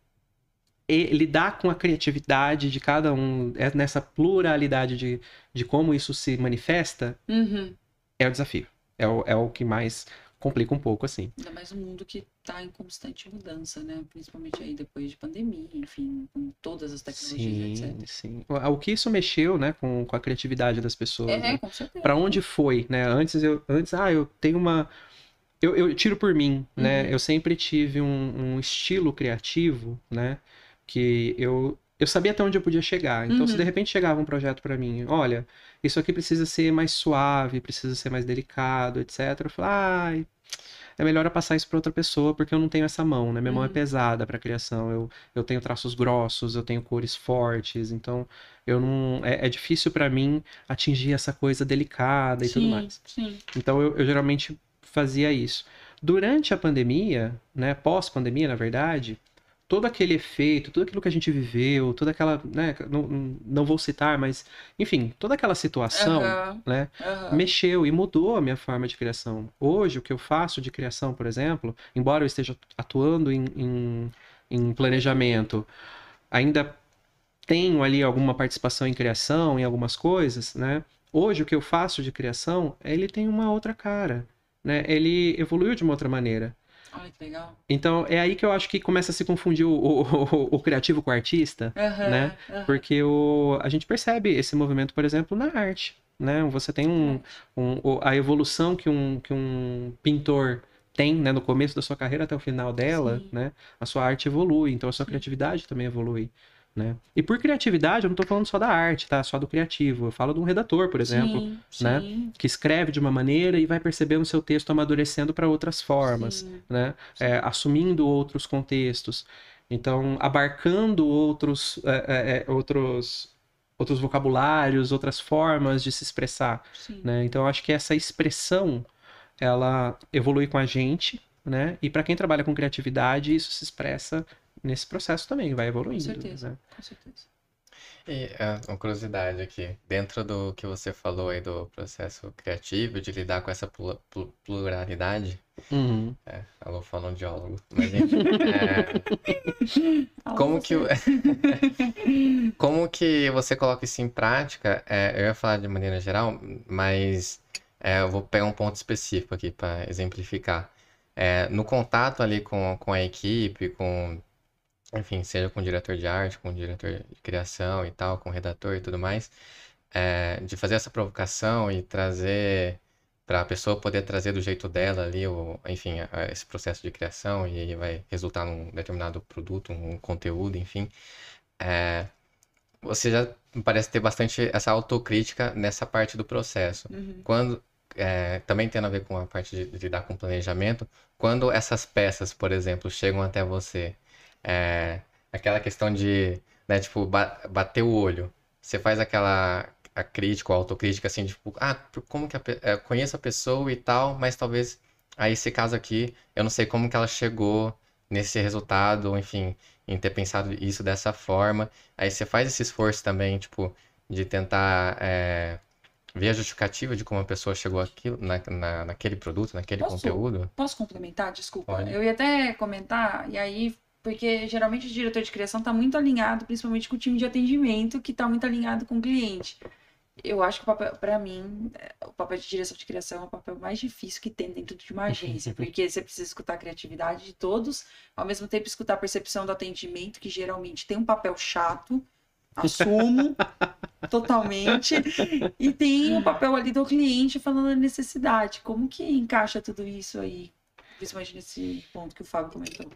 Speaker 2: lidar com a criatividade de cada um, nessa pluralidade de como isso se manifesta, é o desafio. É o que mais complica um pouco, assim.
Speaker 3: Ainda mais um mundo que está em constante mudança, né? Principalmente aí depois de pandemia, enfim, com todas as tecnologias, etc.
Speaker 2: Sim. O que isso mexeu, né, com a criatividade das pessoas, né?
Speaker 3: Com certeza.
Speaker 2: Pra onde foi, né? Antes eu tenho uma... Eu tiro por mim, né? Eu sempre tive um estilo criativo, né? Que eu sabia até onde eu podia chegar. Então, se de repente chegava um projeto pra mim, olha, isso aqui precisa ser mais suave, precisa ser mais delicado, etc. Eu falo, é melhor eu passar isso pra outra pessoa, porque eu não tenho essa mão, né? Minha mão é pesada pra criação. Eu tenho traços grossos, eu tenho cores fortes, então eu não... É difícil pra mim atingir essa coisa delicada e tudo mais. Então, eu geralmente fazia isso. Durante a pandemia, né? Pós-pandemia, na verdade... todo aquele efeito, tudo aquilo que a gente viveu, toda aquela, né, não vou citar, mas, enfim, toda aquela situação, né, mexeu e mudou a minha forma de criação. Hoje, o que eu faço de criação, por exemplo, embora eu esteja atuando em planejamento, ainda tenho ali alguma participação em criação, em algumas coisas, né, hoje o que eu faço de criação, ele tem uma outra cara, né, ele evoluiu de uma outra maneira.
Speaker 3: Olha que legal.
Speaker 2: Então, é aí que eu acho que começa a se confundir o criativo com o artista, né? Porque a gente percebe esse movimento, por exemplo, na arte, né? Você tem a evolução que um pintor tem, né? No começo da sua carreira até o final dela, né? A sua arte evolui, então a sua criatividade também evolui. Né? E por criatividade, eu não estou falando só da arte, tá? Só do criativo. Eu falo de um redator, por exemplo, né? Que escreve de uma maneira e vai percebendo o seu texto amadurecendo para outras formas, né? Assumindo outros contextos. Então, abarcando outros vocabulários, outras formas de se expressar. Né? Então, eu acho que essa expressão, ela evolui com a gente, né? E para quem trabalha com criatividade, isso se expressa nesse processo também, vai evoluindo.
Speaker 3: Com certeza,
Speaker 2: né?
Speaker 3: com certeza.
Speaker 1: E uma curiosidade aqui, dentro do que você falou aí do processo criativo, de lidar com essa pluralidade, alô, fonoaudiólogo, mas enfim, como que você coloca isso em prática? Eu ia falar de maneira geral, mas eu vou pegar um ponto específico aqui para exemplificar. No contato ali com a equipe, enfim, seja com o diretor de arte, com o diretor de criação e tal, com o redator e tudo mais, de fazer essa provocação e trazer para a pessoa poder trazer do jeito dela ali, enfim, esse processo de criação e aí vai resultar num determinado produto, um conteúdo, enfim. Você já parece ter bastante essa autocrítica nessa parte do processo. Quando também tem a ver com a parte de lidar com planejamento, quando essas peças, por exemplo, chegam até você, aquela questão de, né, tipo, bater o olho. Você faz a crítica, a autocrítica, assim, tipo, como que eu conheço a pessoa e tal, mas talvez, aí esse caso aqui, eu não sei como que ela chegou nesse resultado, enfim, em ter pensado isso dessa forma. Aí você faz esse esforço também, tipo, de tentar ver a justificativa de como a pessoa chegou aquilo, naquele produto, naquele conteúdo?
Speaker 3: Posso complementar? Desculpa.
Speaker 1: Pode.
Speaker 3: Eu ia até comentar, e aí, porque geralmente o diretor de criação está muito alinhado, principalmente com o time de atendimento, que está muito alinhado com o cliente. Eu acho que para mim, o papel de direção de criação é o papel mais difícil que tem dentro de uma agência, porque você precisa escutar a criatividade de todos, ao mesmo tempo escutar a percepção do atendimento, que geralmente tem um papel chato, assumo totalmente, e tem o papel ali do cliente falando da necessidade. Como que encaixa tudo isso aí, principalmente nesse ponto que o Fábio comentou?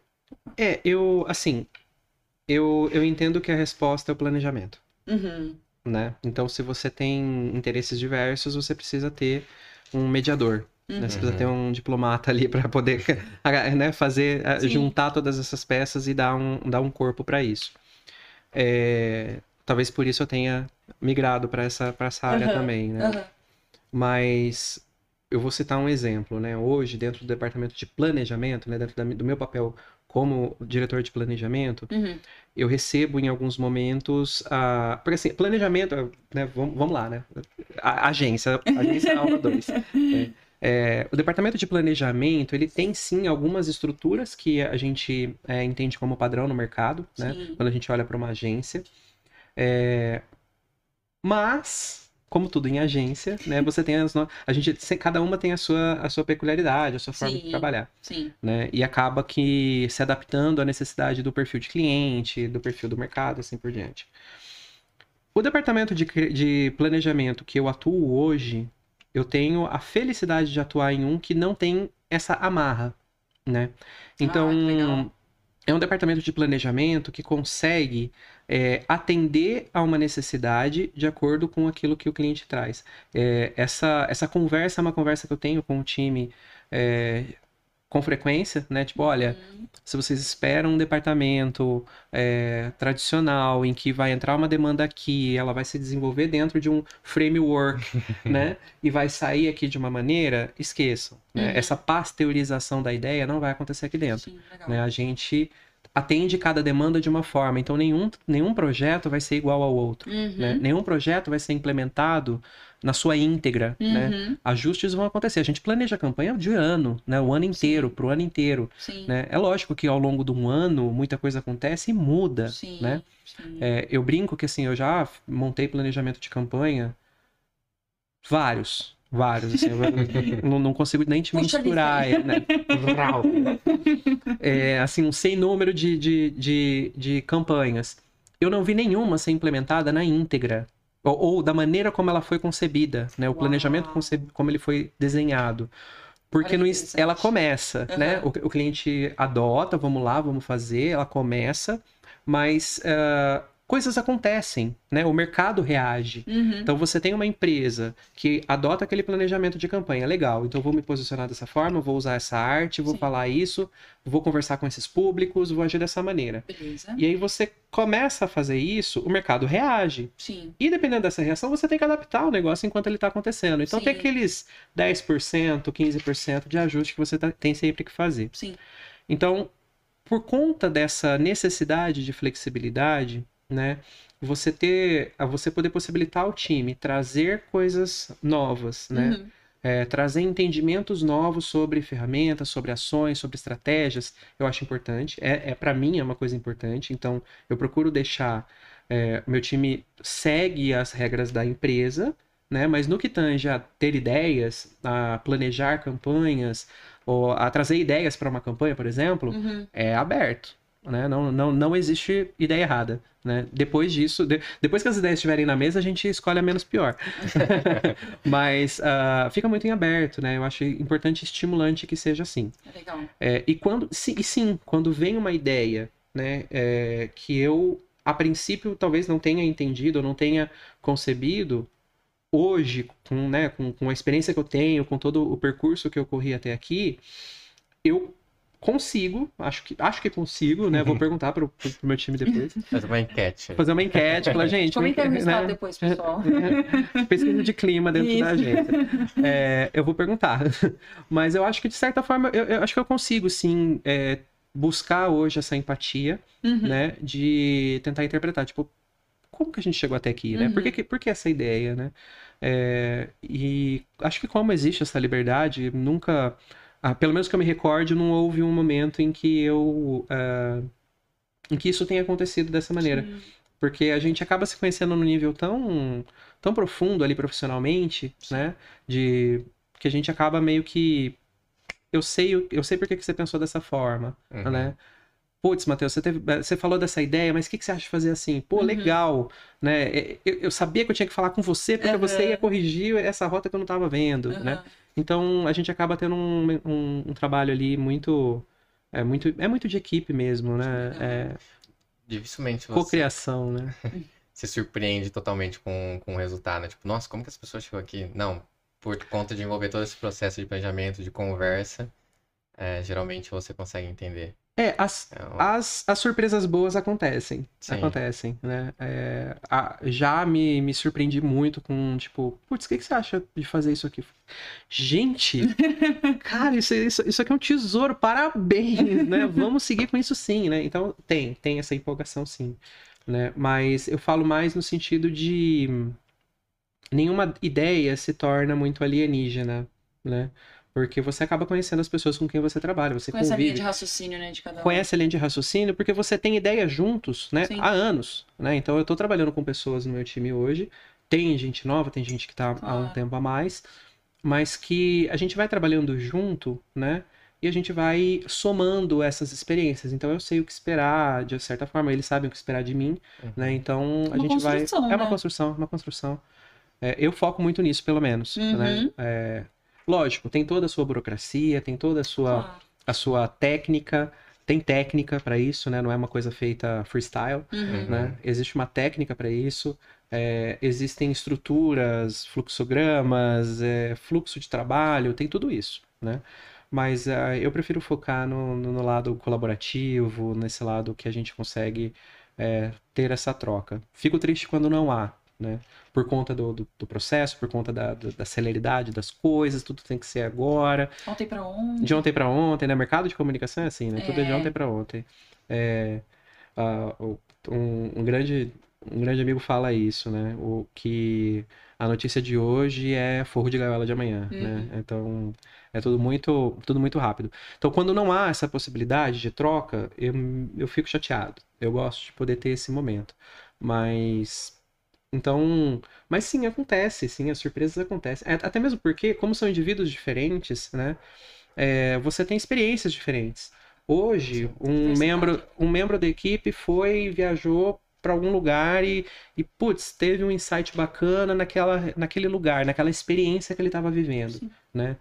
Speaker 2: Eu entendo que a resposta é o planejamento.
Speaker 3: Uhum.
Speaker 2: Né? Então, se você tem interesses diversos, você precisa ter um mediador. Né? Você precisa ter um diplomata ali para poder né, fazer, juntar todas essas peças e dar um corpo para isso. Talvez por isso eu tenha migrado para essa área também. Né? Mas eu vou citar um exemplo. Né? Hoje, dentro do departamento de planejamento, né, dentro do meu papel como diretor de planejamento, eu recebo em alguns momentos... porque assim, planejamento... Né, vamos lá, né? Agência aula 2. O departamento de planejamento, ele tem sim algumas estruturas que a gente entende como padrão no mercado, né? Quando a gente olha para uma agência. Mas... como tudo em agência, né? Você tem cada uma tem a sua peculiaridade, a sua forma de trabalhar.
Speaker 3: Sim.
Speaker 2: Né? E acaba que se adaptando à necessidade do perfil de cliente, do perfil do mercado, assim por diante. O departamento de planejamento que eu atuo hoje, eu tenho a felicidade de atuar em um que não tem essa amarra, né? Então, é um departamento de planejamento que consegue atender a uma necessidade de acordo com aquilo que o cliente traz. Essa conversa é uma conversa que eu tenho com o time com frequência, né? Tipo, olha, se vocês esperam um departamento tradicional em que vai entrar uma demanda aqui, ela vai se desenvolver dentro de um framework, né? E vai sair aqui de uma maneira, esqueçam. Né? Essa pasteurização da ideia não vai acontecer aqui dentro.
Speaker 3: Sim, legal.
Speaker 2: Né? A gente atende cada demanda de uma forma, então nenhum projeto vai ser igual ao outro. Né? Nenhum projeto vai ser implementado na sua íntegra, né? Ajustes vão acontecer. A gente planeja a campanha de ano, né? O ano inteiro, pro ano inteiro. Né? É lógico que ao longo de um ano muita coisa acontece e muda, né? Eu brinco que assim, eu já montei planejamento de campanha vários, assim, eu não consigo nem te mensurar, né? Assim, um sem número de campanhas. Eu não vi nenhuma ser implementada na íntegra. Ou da maneira como ela foi concebida, né? O planejamento como ele foi desenhado. Porque ela começa, né? O cliente adota, vamos lá, vamos fazer, ela começa, mas coisas acontecem, né? O mercado reage. Então você tem uma empresa que adota aquele planejamento de campanha, legal, então eu vou me posicionar dessa forma, vou usar essa arte, vou falar isso, vou conversar com esses públicos, vou agir dessa maneira.
Speaker 3: Beleza.
Speaker 2: E aí você começa a fazer isso, o mercado reage.
Speaker 3: Sim.
Speaker 2: E dependendo dessa reação, você tem que adaptar o negócio enquanto ele está acontecendo. Então tem aqueles 10%, 15% de ajuste que você tem sempre que fazer.
Speaker 3: Sim.
Speaker 2: Então, por conta dessa necessidade de flexibilidade, né, você poder possibilitar ao time trazer coisas novas, né? Trazer entendimentos novos sobre ferramentas, sobre ações, sobre estratégias, eu acho importante. Para mim é uma coisa importante. Então, eu procuro deixar... meu time segue as regras da empresa, né? Mas no que tange a ter ideias, a planejar campanhas, ou a trazer ideias para uma campanha, por exemplo, é aberto. Né? Não existe ideia errada. Né? Depois disso, depois que as ideias estiverem na mesa, a gente escolhe a menos pior. Mas fica muito em aberto, né? Eu acho importante e estimulante que seja assim.
Speaker 3: Legal.
Speaker 2: E quando vem uma ideia, né, que eu, a princípio, talvez não tenha entendido ou não tenha concebido, hoje, com a experiência que eu tenho, com todo o percurso que eu corri até aqui, eu consigo, acho que consigo, né? Vou perguntar pro meu time depois.
Speaker 1: Fazer uma enquete.
Speaker 2: Falar, gente...
Speaker 3: Comenta no estado depois, pessoal.
Speaker 2: Pesquisa de clima dentro da agência. Eu vou perguntar. Mas eu acho que, de certa forma, eu acho que eu consigo, sim, buscar hoje essa empatia, né? De tentar interpretar, tipo, como que a gente chegou até aqui, né? Por que essa ideia, né? E acho que como existe essa liberdade, nunca, pelo menos que eu me recorde, não houve um momento em que em que isso tenha acontecido dessa maneira.
Speaker 3: Sim.
Speaker 2: Porque a gente acaba se conhecendo num nível tão profundo ali profissionalmente, né? Que a gente acaba meio que eu sei por que você pensou dessa forma, né? Putz, Matheus, você falou dessa ideia, mas o que você acha de fazer assim? Pô, legal, né? Eu sabia que eu tinha que falar com você porque você ia corrigir essa rota que eu não estava vendo, né? Então, a gente acaba tendo um trabalho ali muito de equipe mesmo, né?
Speaker 1: Dificilmente você
Speaker 2: Cocriação, né?
Speaker 1: se surpreende totalmente com o resultado, né? Tipo, nossa, como que as pessoas chegou aqui? Não, por conta de envolver todo esse processo de planejamento, de conversa, geralmente você consegue entender.
Speaker 2: As surpresas boas acontecem.
Speaker 1: Sim.
Speaker 2: Acontecem, né? Já me surpreendi muito com, tipo, putz, o que você acha de fazer isso aqui? Gente, cara, isso aqui é um tesouro, parabéns, né? Vamos seguir com isso sim, né? Então, tem essa empolgação sim, né? Mas eu falo mais no sentido de nenhuma ideia se torna muito alienígena, né? Porque você acaba conhecendo as pessoas com quem você trabalha, você
Speaker 3: Conhece a linha
Speaker 2: convive.
Speaker 3: de raciocínio, né, de cada um.
Speaker 2: Conhece a linha de raciocínio porque você tem ideias juntos, né?
Speaker 3: Sim.
Speaker 2: Há anos, né? Então eu tô trabalhando com pessoas no meu time hoje. Tem gente nova, tem gente que tá há um tempo a mais, mas que a gente vai trabalhando junto, né? E a gente vai somando essas experiências. Então eu sei o que esperar, de certa forma, eles sabem o que esperar de mim, né? Então a gente vai. É uma construção, uma construção. Eu foco muito nisso, pelo menos, né? Lógico, tem toda a sua burocracia, tem toda a sua técnica, tem técnica para isso, né? Não é uma coisa feita freestyle, né? Existe uma técnica para isso, existem estruturas, fluxogramas, fluxo de trabalho, tem tudo isso, né? Mas eu prefiro focar no lado colaborativo, nesse lado que a gente consegue ter essa troca. Fico triste quando não há, né? Por conta do processo, por conta da celeridade das coisas, tudo tem que ser agora.
Speaker 3: Ontem pra ontem.
Speaker 2: De ontem para ontem, né? Mercado de comunicação é assim, né? Tudo é de ontem para ontem. Um grande amigo fala isso, né? Que a notícia de hoje é forro de gaiola de amanhã, né? Então, é tudo muito rápido. Então, quando não há essa possibilidade de troca, eu fico chateado. Eu gosto de poder ter esse momento. Mas sim, acontece, sim, as surpresas acontecem. Até mesmo porque, como são indivíduos diferentes, né? Você tem experiências diferentes. Hoje, um membro da equipe viajou para algum lugar e putz, teve um insight bacana naquele lugar, naquela experiência que ele estava vivendo, né?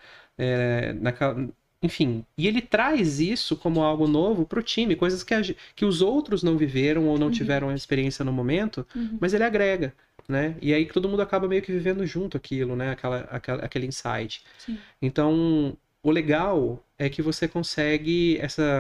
Speaker 2: Enfim, e ele traz isso como algo novo pro time, coisas que os outros não viveram ou não tiveram a experiência no momento, mas ele agrega, né? E aí todo mundo acaba meio que vivendo junto aquilo, né? Aquele insight.
Speaker 3: Sim.
Speaker 2: Então, o legal é que você consegue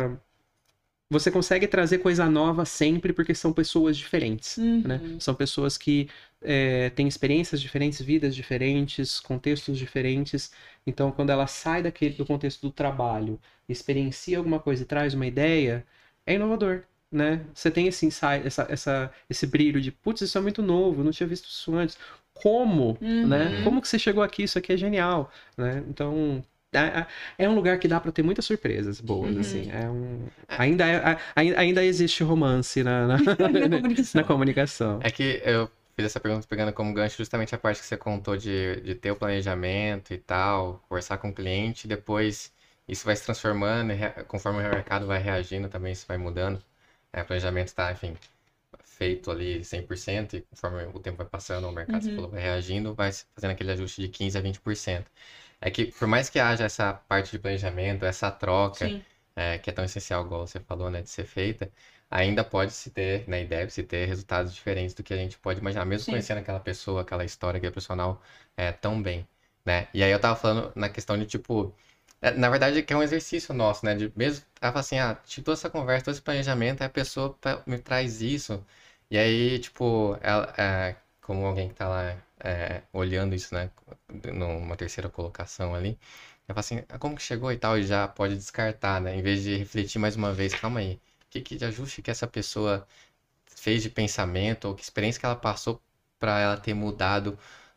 Speaker 2: trazer coisa nova sempre porque são pessoas diferentes, né? São pessoas que têm experiências diferentes, vidas diferentes, contextos diferentes. Então, quando ela sai do contexto do trabalho, experiencia alguma coisa e traz uma ideia, é inovador, né? Você tem esse insight, esse brilho de, putz, isso é muito novo, eu não tinha visto isso antes. Como, né? Como que você chegou aqui? Isso aqui é genial, né? Então, é um lugar que dá pra ter muitas surpresas boas, assim. Ainda existe romance na comunicação.
Speaker 1: É que eu fiz essa pergunta pegando como gancho justamente a parte que você contou de ter o planejamento e tal, conversar com o cliente, depois isso vai se transformando, conforme o mercado vai reagindo também, isso vai mudando. O planejamento está, enfim, feito ali 100%, e conforme o tempo vai passando, o mercado você falou, vai reagindo, vai fazendo aquele ajuste de 15% a 20%. É que por mais que haja essa parte de planejamento, essa troca, que é tão essencial, igual você falou, né, de ser feita, ainda pode-se ter, né, e deve-se ter resultados diferentes do que a gente pode imaginar, mesmo conhecendo aquela pessoa, aquela história, aquele profissional tão bem, né? E aí eu tava falando na questão de, tipo, na verdade que é um exercício nosso, né, de mesmo, ela fala assim, tive toda essa conversa, todo esse planejamento, aí a pessoa me traz isso, e aí, tipo, ela, como alguém que tá lá olhando isso, né, numa terceira colocação ali, eu falo assim, como que chegou e tal, e já pode descartar, né, em vez de refletir mais uma vez, calma aí, que de ajuste que essa pessoa fez de pensamento, ou que experiência que ela passou para ela ter mudado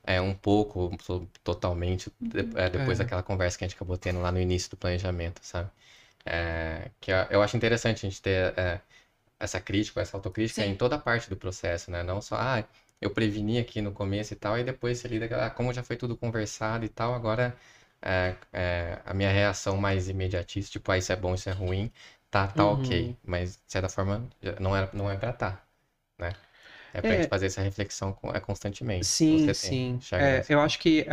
Speaker 1: um pouco, totalmente, depois daquela conversa que a gente acabou tendo lá no início do planejamento, sabe? Que eu acho interessante a gente ter essa crítica, essa autocrítica
Speaker 3: Sim.
Speaker 1: em toda a parte do processo, né? Não só, eu preveni aqui no começo e tal, e depois você lida, como já foi tudo conversado e tal, agora a minha reação mais imediatista, tipo, isso é bom, isso é ruim, tá ok. Mas, de certa forma, não é pra tá, né? É pra gente fazer essa reflexão constantemente.
Speaker 2: Sim,
Speaker 1: Você
Speaker 2: sim.
Speaker 1: enxerga dessa
Speaker 2: Eu
Speaker 1: forma.
Speaker 2: acho que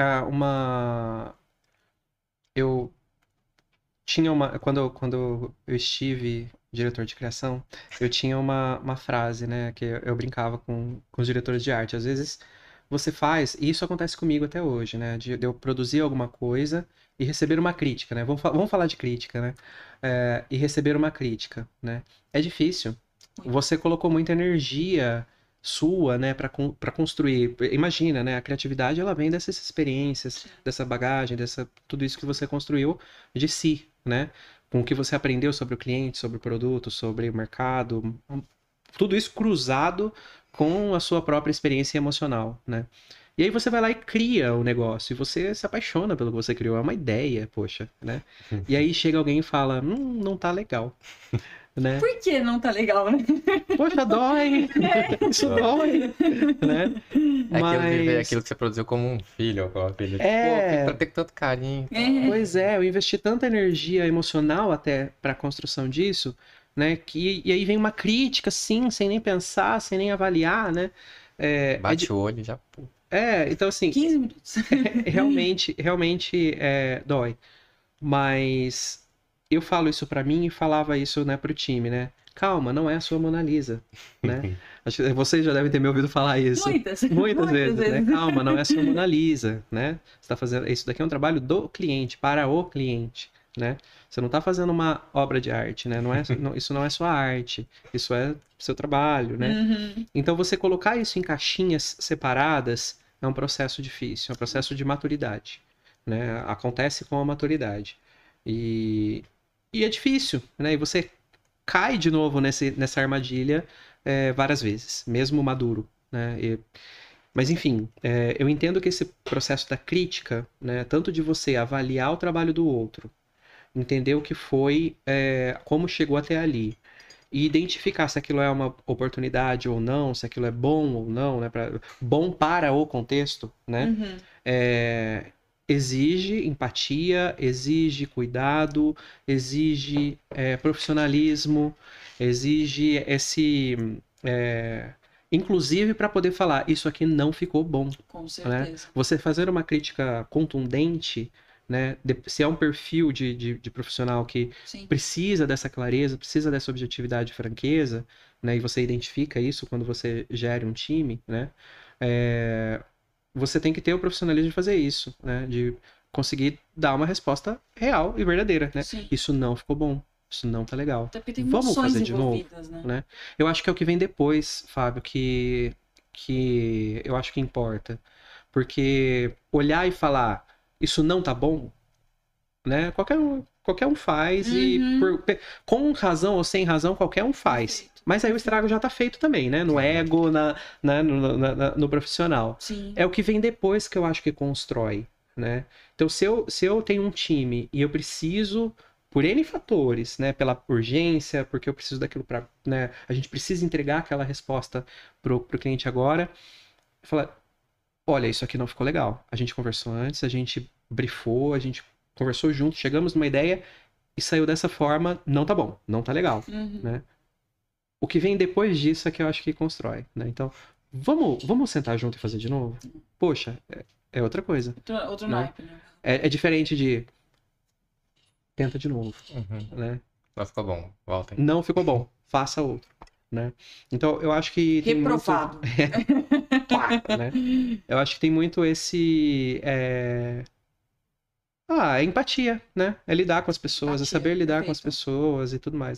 Speaker 2: eu tinha quando eu estive diretor de criação, eu tinha uma frase, né, que eu brincava com os diretores de arte. Às vezes você faz, e isso acontece comigo até hoje, né, de eu produzir alguma coisa e receber uma crítica, né, vamos falar de crítica, né, e receber uma crítica, né. É difícil. Você colocou muita energia sua, né, para construir. Imagina, né, a criatividade ela vem dessas experiências, dessa bagagem, tudo isso que você construiu de si, né? Com o que você aprendeu sobre o cliente, sobre o produto, sobre o mercado, tudo isso cruzado com a sua própria experiência emocional, né? E aí você vai lá e cria o negócio, e você se apaixona pelo que você criou, é uma ideia, poxa, né? E aí chega alguém e fala, não tá legal, né?
Speaker 3: Por que não tá legal, né?
Speaker 2: Poxa, dói! Isso dói, né?
Speaker 1: Aquilo de ver
Speaker 2: Mas...
Speaker 1: aquilo que você produziu como um filho, ou uma filha.
Speaker 2: É.
Speaker 1: Pô, tem tanto carinho.
Speaker 2: Pois é, eu investi tanta energia emocional até para a construção disso, né? E aí vem uma crítica, sim, sem nem pensar, sem nem avaliar, né?
Speaker 1: Bate o olho e já. Pô.
Speaker 2: Então assim,
Speaker 3: 15 minutos.
Speaker 2: realmente dói. Mas eu falo isso para mim e falava isso, né, pro time, né? Calma, não é a sua Mona Lisa, né? Acho que vocês já devem ter me ouvido falar isso. Muitas vezes, né? Calma, não é a sua Mona Lisa, né? Você tá fazendo... Isso daqui é um trabalho do cliente, para o cliente, né? Você não está fazendo uma obra de arte, né? Isso não é sua arte, isso é seu trabalho, né?
Speaker 3: Uhum.
Speaker 2: Então, você colocar isso em caixinhas separadas é um processo difícil, é um processo de maturidade, né? Acontece com a maturidade. E é difícil, né? E você cai de novo nessa armadilha várias vezes, mesmo maduro, né? Mas enfim, eu entendo que esse processo da crítica, né, tanto de você avaliar o trabalho do outro, entender o que foi, como chegou até ali, e identificar se aquilo é uma oportunidade ou não, se aquilo é bom ou não, né, bom para o contexto, né?
Speaker 3: Uhum.
Speaker 2: Exige empatia, exige cuidado, exige profissionalismo, exige inclusive para poder falar, isso aqui não ficou bom.
Speaker 3: Com certeza.
Speaker 2: Né? Você fazer uma crítica contundente, né? Se é um perfil de profissional que
Speaker 3: Sim.
Speaker 2: precisa dessa clareza, precisa dessa objetividade e franqueza, né? E você identifica isso quando você gere um time, né? Você tem que ter o profissionalismo de fazer isso, né? De conseguir dar uma resposta real e verdadeira, né?
Speaker 3: Sim.
Speaker 2: Isso não ficou bom. Isso não tá legal.
Speaker 3: Até porque tem
Speaker 2: Vamos fazer de novo,
Speaker 3: né?
Speaker 2: Eu acho que é o que vem depois, Fábio, que eu acho que importa. Porque olhar e falar, isso não tá bom, né? Qualquer um faz e com razão ou sem razão, qualquer um faz.
Speaker 3: Perfeito.
Speaker 2: Mas aí o estrago já tá feito também, né? No ego, no profissional.
Speaker 3: Sim.
Speaker 2: É o que vem depois que eu acho que constrói, né? Então, se eu tenho um time e eu preciso, por N fatores, né? Pela urgência, porque eu preciso daquilo para, né? A gente precisa entregar aquela resposta pro cliente agora. Falar, olha, isso aqui não ficou legal. A gente conversou antes, a gente briefou, a gente conversou junto, chegamos numa ideia e saiu dessa forma, não tá bom, não tá legal, né? O que vem depois disso é que eu acho que constrói, né? Então, vamos sentar junto e fazer de novo? Poxa, é outra coisa.
Speaker 3: Outro
Speaker 2: né?
Speaker 3: naipe, né?
Speaker 2: É diferente de tenta de novo, né?
Speaker 1: Não ficou bom, volta.
Speaker 2: Não ficou bom, faça outro, né? Então, eu acho que
Speaker 3: reprovado.
Speaker 2: Né? Eu acho que tem muito esse empatia, né? É lidar com as pessoas, é saber lidar com as pessoas e tudo mais.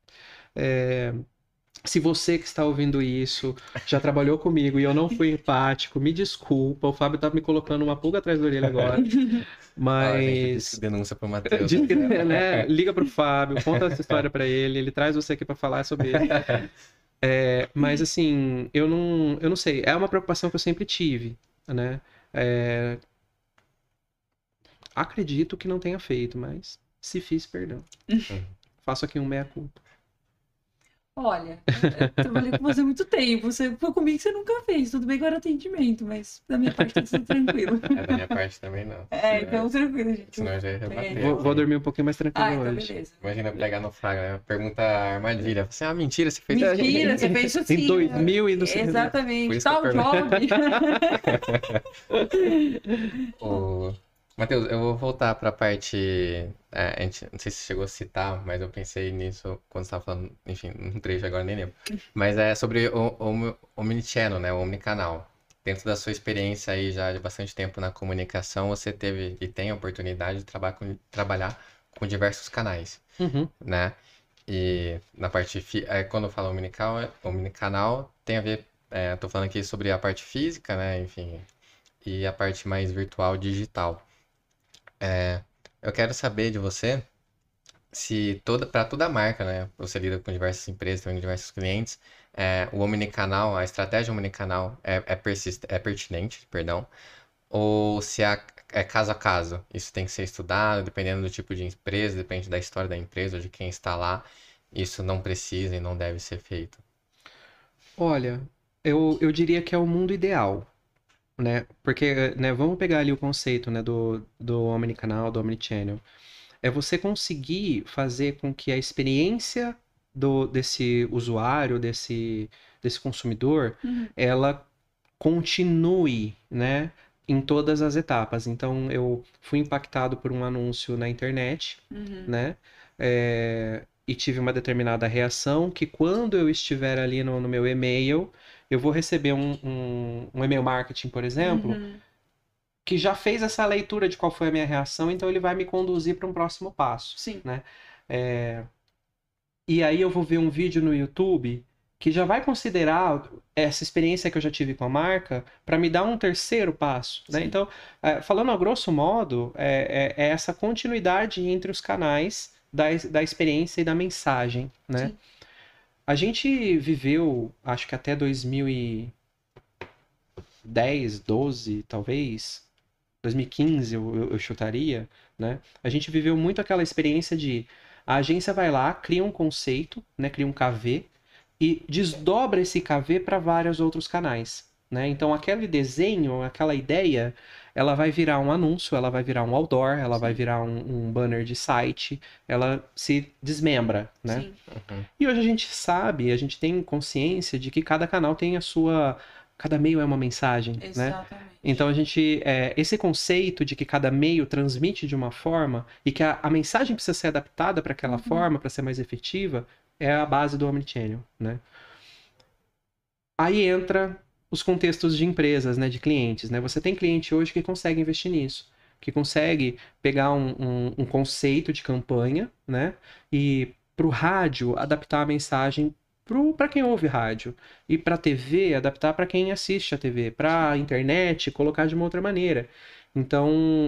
Speaker 2: Se você que está ouvindo isso já trabalhou comigo e eu não fui empático, me desculpa, o Fábio tá me colocando uma pulga atrás da orelha agora. Mas
Speaker 1: denúncia pro Matheus.
Speaker 2: Né? Liga pro Fábio, conta essa história para ele traz você aqui para falar sobre ele. Mas assim, eu não sei, é uma preocupação que eu sempre tive, né? Acredito que não tenha feito, mas se fiz, perdão. Faço aqui um meia-culpa.
Speaker 3: Olha, eu trabalhei com você há muito tempo. Você foi comigo que você nunca fez. Tudo bem que era atendimento, mas da minha parte tá tudo tranquilo.
Speaker 1: Da minha parte também não.
Speaker 3: Então tranquilo, gente.
Speaker 1: Senão eu já ia rebater.
Speaker 2: Vou dormir um pouquinho mais tranquilo
Speaker 3: Então
Speaker 2: hoje.
Speaker 3: beleza.
Speaker 1: Imagina pegar no flagra, né? Pergunta armadilha. Você, mentira, você fez
Speaker 3: Mentira, você fez isso assim.
Speaker 2: Em 2000 e não sei.
Speaker 1: Por
Speaker 3: Exatamente.
Speaker 1: isso que eu
Speaker 3: Tal job.
Speaker 1: Matheus, eu vou voltar para a parte. A gente, não sei se você chegou a citar, mas eu pensei nisso quando você estava falando, enfim, um trecho agora, nem lembro. Mas é sobre o Omnichannel, né? O Omnicanal. Dentro da sua experiência aí já de bastante tempo na comunicação, você teve e tem a oportunidade de trabalhar com diversos canais, né? E na parte. Quando eu falo Omnicanal, tem a ver. Tô falando aqui sobre a parte física, né? Enfim, e a parte mais virtual, digital. Eu quero saber de você se para toda marca, né? Você lida com diversas empresas, tem diversos clientes, o omnicanal, a estratégia omnicanal é pertinente, perdão, ou se é caso a caso. Isso tem que ser estudado, dependendo do tipo de empresa, depende da história da empresa ou de quem está lá. Isso não precisa e não deve ser feito.
Speaker 2: Olha, eu diria que é o mundo ideal. Né? Porque, né, vamos pegar ali o conceito, né, do omnicanal, do omnichannel. É você conseguir fazer com que a experiência desse usuário, desse consumidor, ela continue, né, em todas as etapas. Então, eu fui impactado por um anúncio na internet, né, e tive uma determinada reação que quando eu estiver ali no meu e-mail, eu vou receber um e-mail marketing, por exemplo, que já fez essa leitura de qual foi a minha reação, então ele vai me conduzir para um próximo passo.
Speaker 3: Sim.
Speaker 2: Né? E aí eu vou ver um vídeo no YouTube que já vai considerar essa experiência que eu já tive com a marca para me dar um terceiro passo. Né? Então, falando a grosso modo, é essa continuidade entre os canais da experiência e da mensagem. Né?
Speaker 3: Sim.
Speaker 2: A gente viveu, acho que até 2010, 12, talvez, 2015 eu chutaria, né? A gente viveu muito aquela experiência de a agência vai lá, cria um conceito, né? Cria um KV e desdobra esse KV para vários outros canais, né? Então aquele desenho, aquela ideia, ela vai virar um anúncio, ela vai virar um outdoor, ela vai virar um banner de site, ela se desmembra, né?
Speaker 3: Sim.
Speaker 2: E hoje a gente sabe, a gente tem consciência de que cada canal tem a sua... Cada meio é uma mensagem,
Speaker 3: Exatamente.
Speaker 2: né? Então a gente... esse conceito de que cada meio transmite de uma forma e que a mensagem precisa ser adaptada para aquela forma, para ser mais efetiva, é a base do Omnichannel, né? Aí entra os contextos de empresas, né? De clientes, né? Você tem cliente hoje que consegue investir nisso, que consegue pegar um conceito de campanha, né? E para o rádio adaptar a mensagem para quem ouve rádio, e para a TV adaptar para quem assiste a TV, para a internet colocar de uma outra maneira. Então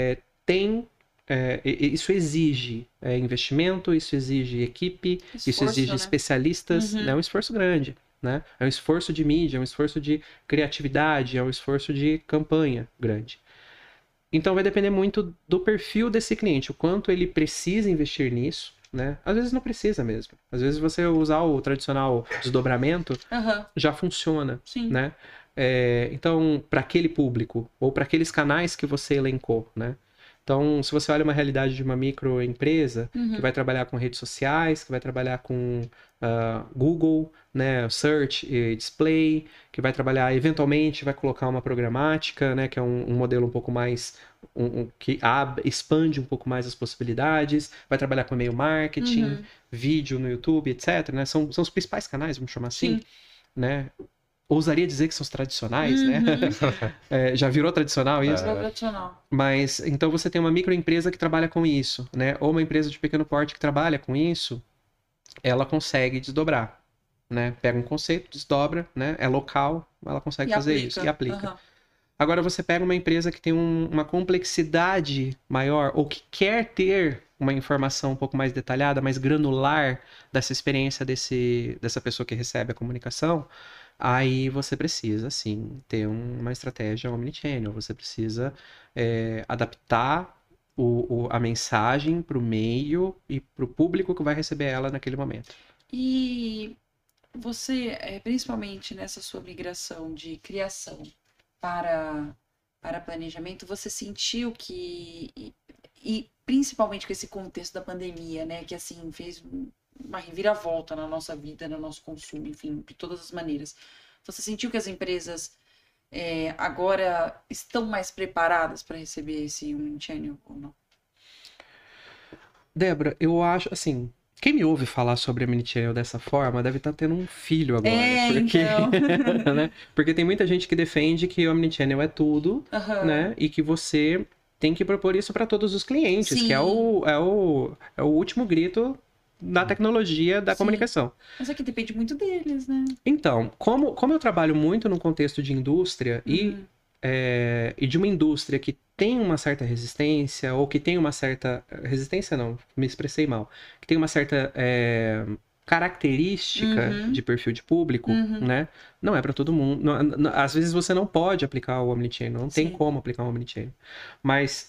Speaker 2: isso exige investimento, isso exige equipe,
Speaker 3: Esforço,
Speaker 2: isso exige
Speaker 3: né?
Speaker 2: especialistas, né? É um esforço grande, né? É um esforço de mídia, é um esforço de criatividade, é um esforço de campanha grande. Então vai depender muito do perfil desse cliente, o quanto ele precisa investir nisso, né? Às vezes não precisa mesmo. Às vezes você usar o tradicional desdobramento já funciona,
Speaker 3: Sim.
Speaker 2: né? Então, para aquele público ou para aqueles canais que você elencou, né? Então, se você olha uma realidade de uma microempresa que vai trabalhar com redes sociais, que vai trabalhar com Google, né, Search e Display, que vai trabalhar, eventualmente, vai colocar uma programática, né, que é um modelo um pouco mais... que expande um pouco mais as possibilidades, vai trabalhar com e-mail marketing, vídeo no YouTube, etc. Né? São os principais canais, vamos chamar assim, né? Ousaria dizer que são os tradicionais, né? Já virou tradicional isso?
Speaker 3: Virou tradicional.
Speaker 2: Mas, então você tem uma microempresa que trabalha com isso, né? Ou uma empresa de pequeno porte que trabalha com isso, ela consegue desdobrar, né? Pega um conceito, desdobra, né? É local, ela consegue fazer isso e aplica. Agora você pega uma empresa que tem uma complexidade maior ou que quer ter uma informação um pouco mais detalhada, mais granular dessa experiência dessa pessoa que recebe a comunicação. aí você precisa, sim, ter uma estratégia omnichannel. Você precisa adaptar a mensagem para o meio e para o público que vai receber ela naquele momento.
Speaker 3: E você, principalmente nessa sua migração de criação para planejamento, você sentiu que, e principalmente com esse contexto da pandemia, né, que assim fez uma reviravolta na nossa vida, no nosso consumo, enfim, de todas as maneiras. Você sentiu que as empresas agora estão mais preparadas para receber esse omnichannel ou não?
Speaker 2: Débora, eu acho, assim, quem me ouve falar sobre omnichannel dessa forma deve estar tendo um filho agora. Porque,
Speaker 3: Então.
Speaker 2: né? Porque tem muita gente que defende que o omnichannel é tudo, né? E que você tem que propor isso para todos os clientes,
Speaker 3: Sim.
Speaker 2: que é o último grito da tecnologia da comunicação.
Speaker 3: Mas é que depende muito deles, né?
Speaker 2: Então, como eu trabalho muito no contexto de indústria e de uma indústria que tem uma certa resistência, ou que tem uma certa... Resistência não, me expressei mal. Que tem uma certa característica de perfil de público, né? Não é para todo mundo. Às vezes você não pode aplicar o omnichannel, não tem como aplicar o omnichannel. Mas...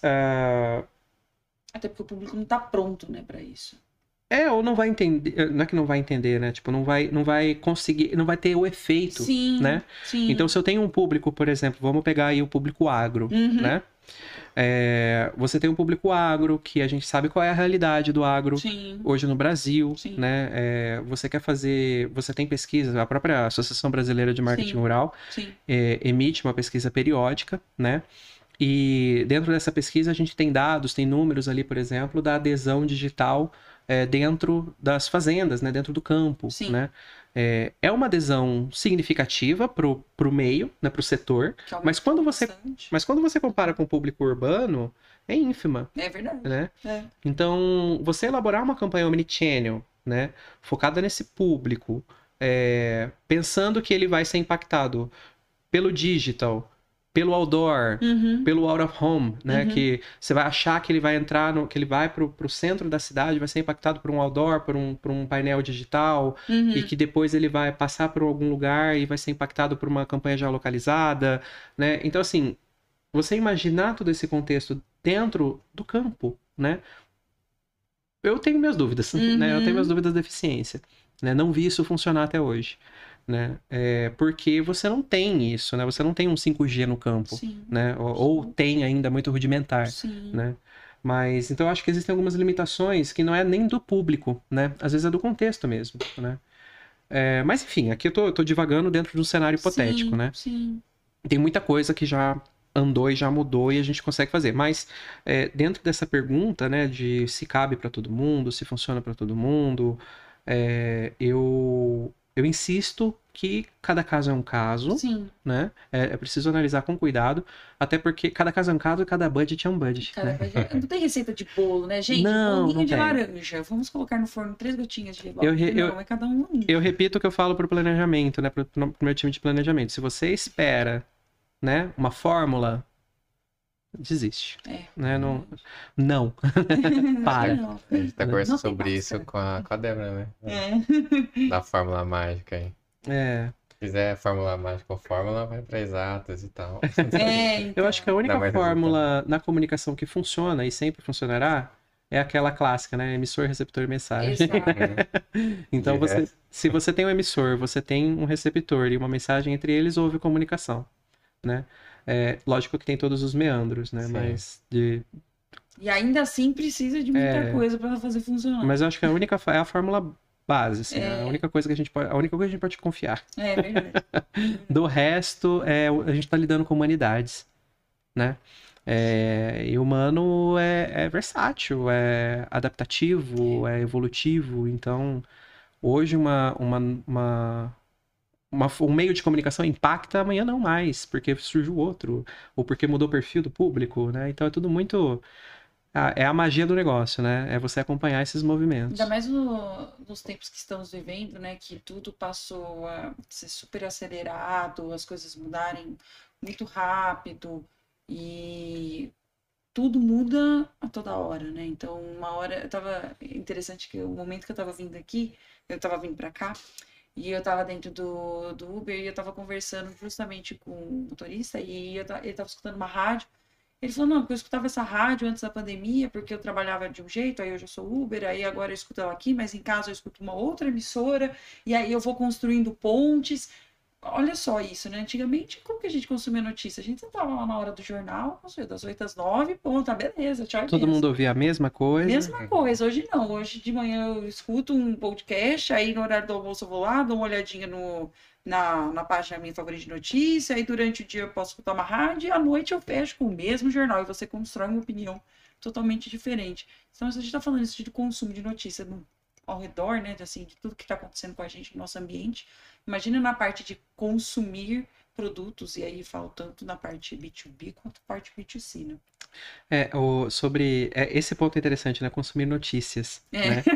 Speaker 3: Até porque o público não está pronto, né, para isso.
Speaker 2: Ou não vai entender, não é que não vai entender, né? Tipo, não vai conseguir, não vai ter o efeito, né?
Speaker 3: Sim.
Speaker 2: Então, se eu tenho um público, por exemplo, vamos pegar aí o público agro, né? Você tem um público agro, que a gente sabe qual é a realidade do agro hoje no Brasil, né? Você quer fazer, você tem pesquisa, a própria Associação Brasileira de Marketing Rural emite uma pesquisa periódica, né? E dentro dessa pesquisa a gente tem dados, tem números ali, por exemplo, da adesão digital dentro das fazendas, né? Dentro do campo, né? É uma adesão significativa pro meio, né? Pro setor, mas quando você compara com o público urbano, é ínfima.
Speaker 3: É verdade.
Speaker 2: Né? Então, você elaborar uma campanha omnichannel, né? Focada nesse público, pensando que ele vai ser impactado pelo digital, pelo outdoor, pelo out of home, né? Que você vai achar que ele vai entrar, que ele vai pro centro da cidade, vai ser impactado por um outdoor, por um painel digital, e que depois ele vai passar por algum lugar e vai ser impactado por uma campanha geolocalizada, né? Então, assim, você imaginar todo esse contexto dentro do campo, né? Eu tenho minhas dúvidas, né? Eu tenho minhas dúvidas da eficiência, né? Não vi isso funcionar até hoje. Né? Porque você não tem isso, né? Você não tem um 5G no campo, né? Ou tem ainda muito rudimentar, né? Mas, então eu acho que existem algumas limitações que não é nem do público, né? Às vezes é do contexto mesmo, né? Mas enfim, aqui eu tô divagando dentro de um cenário hipotético, né? Tem muita coisa que já andou e já mudou e a gente consegue fazer. Mas dentro dessa pergunta, né? De se cabe para todo mundo, se funciona para todo mundo, eu insisto que cada caso é um caso, né? É preciso analisar com cuidado, até porque cada caso é um caso e cada budget é um budget. Né?
Speaker 3: Não tem receita de bolo, né, gente? Bolinho de laranja. Vamos colocar no forno 3 gotinhas de bolo. Não, é cada um.
Speaker 2: Eu repito o que eu falo pro planejamento, né? Pro meu time de planejamento. Se você espera, né, uma fórmula, desiste. Né? Não. Para.
Speaker 1: A gente tá conversando sobre isso com a Débora, né? Da fórmula mágica aí. Se quiser fórmula mágica ou fórmula, vai para exatas e tal.
Speaker 2: Então. Eu acho que a única fórmula na comunicação que funciona e sempre funcionará é aquela clássica, né? Emissor, receptor e mensagem. Então, se você tem um emissor, você tem um receptor e uma mensagem entre eles, houve comunicação, né? Lógico que tem todos os meandros, né? Mas
Speaker 3: E ainda assim precisa de muita coisa para fazer funcionar.
Speaker 2: Mas eu acho que é a fórmula base, assim, a única coisa que a gente pode confiar.
Speaker 3: É verdade.
Speaker 2: Do resto, a gente tá lidando com humanidades, né? E o humano é versátil, é adaptativo, é evolutivo. Então, hoje um meio de comunicação impacta, amanhã não mais, porque surgiu outro, ou porque mudou o perfil do público, né? Então é tudo muito... É a magia do negócio, né? É você acompanhar esses movimentos.
Speaker 3: Ainda mais nos tempos que estamos vivendo, né? Que tudo passou a ser super acelerado, as coisas mudarem muito rápido e tudo muda a toda hora, né? Então, uma hora... Interessante que o momento que eu tava vindo aqui, eu tava vindo pra cá, E eu tava dentro do Uber e eu tava conversando justamente com o motorista e ele tava escutando uma rádio. Ele falou, não, porque eu escutava essa rádio antes da pandemia, porque eu trabalhava de um jeito, aí eu já sou Uber, aí agora eu escuto ela aqui, mas em casa eu escuto uma outra emissora, e aí eu vou construindo pontes. Olha só isso, né? Antigamente, como que a gente consumia notícia? A gente sentava lá na hora do jornal, consumia das 8 às 9, ponto, tá, beleza, tchau.
Speaker 2: Todo mundo ouvia a mesma coisa.
Speaker 3: Mesma coisa, hoje não. Hoje de manhã eu escuto um podcast, aí no horário do almoço eu vou lá, dou uma olhadinha na página minha favorita de notícia, aí durante o dia eu posso escutar uma rádio, e à noite eu fecho com o mesmo jornal, e você constrói uma opinião totalmente diferente. Então, se a gente está falando isso de consumo de notícia ao redor, né, assim, de tudo que está acontecendo com a gente no nosso ambiente, imagina na parte de consumir produtos, e aí falo tanto na parte B2B quanto na parte B2C, né?
Speaker 2: Esse ponto é interessante, né? Consumir notícias,
Speaker 3: É.
Speaker 2: né?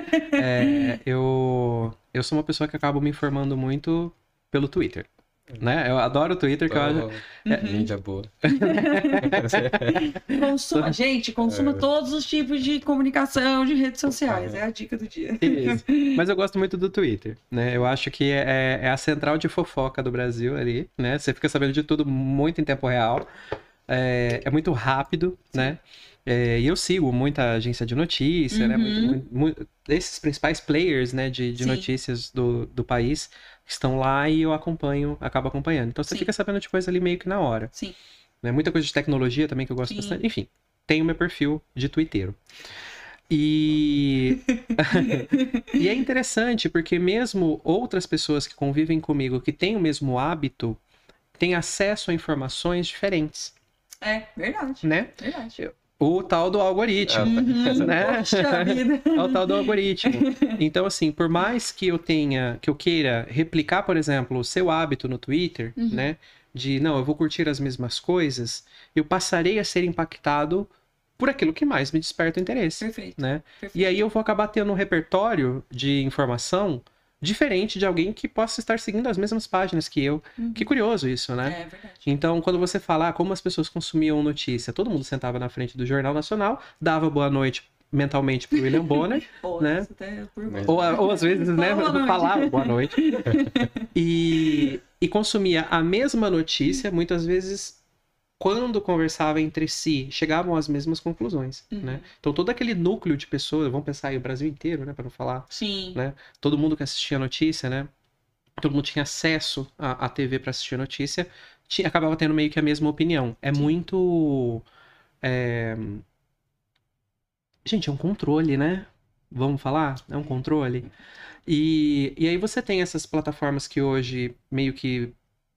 Speaker 2: Eu sou uma pessoa que acabo me informando muito pelo Twitter, né? Eu adoro o Twitter, que eu acho...
Speaker 1: Mídia boa.
Speaker 3: Gente, consuma todos os tipos de comunicação de redes sociais. É a dica do dia.
Speaker 2: Isso. Mas eu gosto muito do Twitter, né? Eu acho que é a central de fofoca do Brasil ali, né? Você fica sabendo de tudo muito em tempo real. É muito rápido, né? E eu sigo muita agência de notícia, né? Esses principais players, né, de notícias do país estão lá e eu acabo acompanhando. Então você fica sabendo de coisa ali meio que na hora.
Speaker 3: Sim.
Speaker 2: Né? Muita coisa de tecnologia também que eu gosto bastante. Enfim, tenho meu perfil de twitteiro. E é interessante porque mesmo outras pessoas que convivem comigo que têm o mesmo hábito têm acesso a informações diferentes.
Speaker 3: É, verdade.
Speaker 2: Né?
Speaker 3: Verdade.
Speaker 2: O tal do algoritmo, né?
Speaker 3: Poxa vida.
Speaker 2: É o tal do algoritmo. Então, assim, por mais que eu queira replicar, por exemplo, o seu hábito no Twitter, né? Não, eu vou curtir as mesmas coisas, eu passarei a ser impactado por aquilo que mais me desperta o interesse.
Speaker 3: Perfeito.
Speaker 2: Né?
Speaker 3: Perfeito.
Speaker 2: E aí eu vou acabar tendo um repertório de informação diferente de alguém que possa estar seguindo as mesmas páginas que eu. Que curioso isso, né?
Speaker 3: É verdade.
Speaker 2: Então, quando você fala como as pessoas consumiam notícia, todo mundo sentava na frente do Jornal Nacional, dava boa noite mentalmente pro William Bonner, né? Ou às vezes, né, falava boa noite. E consumia a mesma notícia, muitas vezes, quando conversava entre si, chegavam às mesmas conclusões, né? Então, todo aquele núcleo de pessoas, vamos pensar aí o Brasil inteiro, né, para não falar, né? Todo mundo que assistia a notícia, né? Todo mundo tinha acesso à TV para assistir a notícia, acabava tendo meio que a mesma opinião. É muito... Gente, é um controle, né? Vamos falar? É um controle. E aí você tem essas plataformas que hoje meio que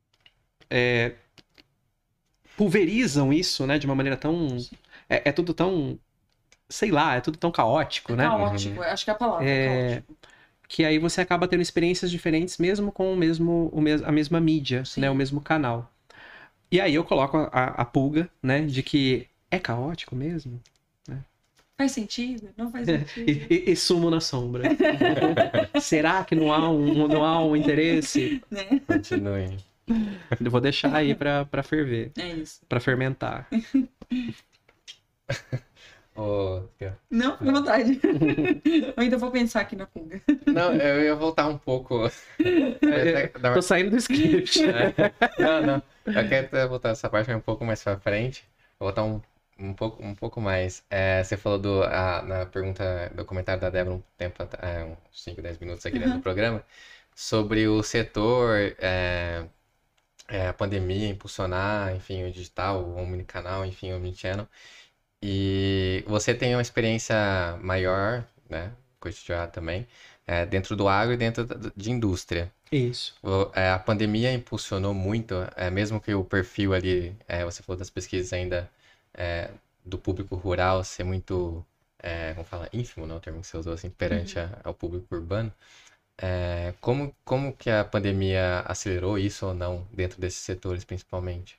Speaker 2: pulverizam isso, né? De uma maneira tão... É tudo tão... Sei lá, é tudo tão caótico, né?
Speaker 3: Caótico, acho que é a palavra, caótico.
Speaker 2: Que aí você acaba tendo experiências diferentes mesmo com a mesma mídia, né? O mesmo canal. E aí eu coloco a pulga, né? De que é caótico mesmo, né?
Speaker 3: Faz sentido? Não faz sentido.
Speaker 2: E sumo na sombra. Será que não há um interesse?
Speaker 3: Né?
Speaker 1: Continue.
Speaker 2: Eu vou deixar aí pra ferver.
Speaker 3: É isso.
Speaker 2: Pra fermentar.
Speaker 3: Não, fica à vontade. Eu ainda vou pensar aqui na pulga.
Speaker 1: Não, eu ia voltar um pouco.
Speaker 2: Tô saindo do script.
Speaker 1: Não. Eu quero até voltar essa parte um pouco mais pra frente. Vou voltar um pouco mais. Você falou na pergunta do comentário da Débora um tempo, uns 5, 10 minutos aqui dentro do programa, sobre o setor, a pandemia impulsionar, enfim, o digital, o omnicanal, enfim, o omnichannel. E você tem uma experiência maior, né, cotidiana também, dentro do agro e dentro de indústria.
Speaker 2: Isso.
Speaker 1: A pandemia impulsionou muito, mesmo que o perfil ali, você falou das pesquisas ainda do público rural ser muito, vamos falar, ínfimo, não, o termo que você usou assim, perante ao público urbano. Como que a pandemia acelerou isso ou não dentro desses setores, principalmente?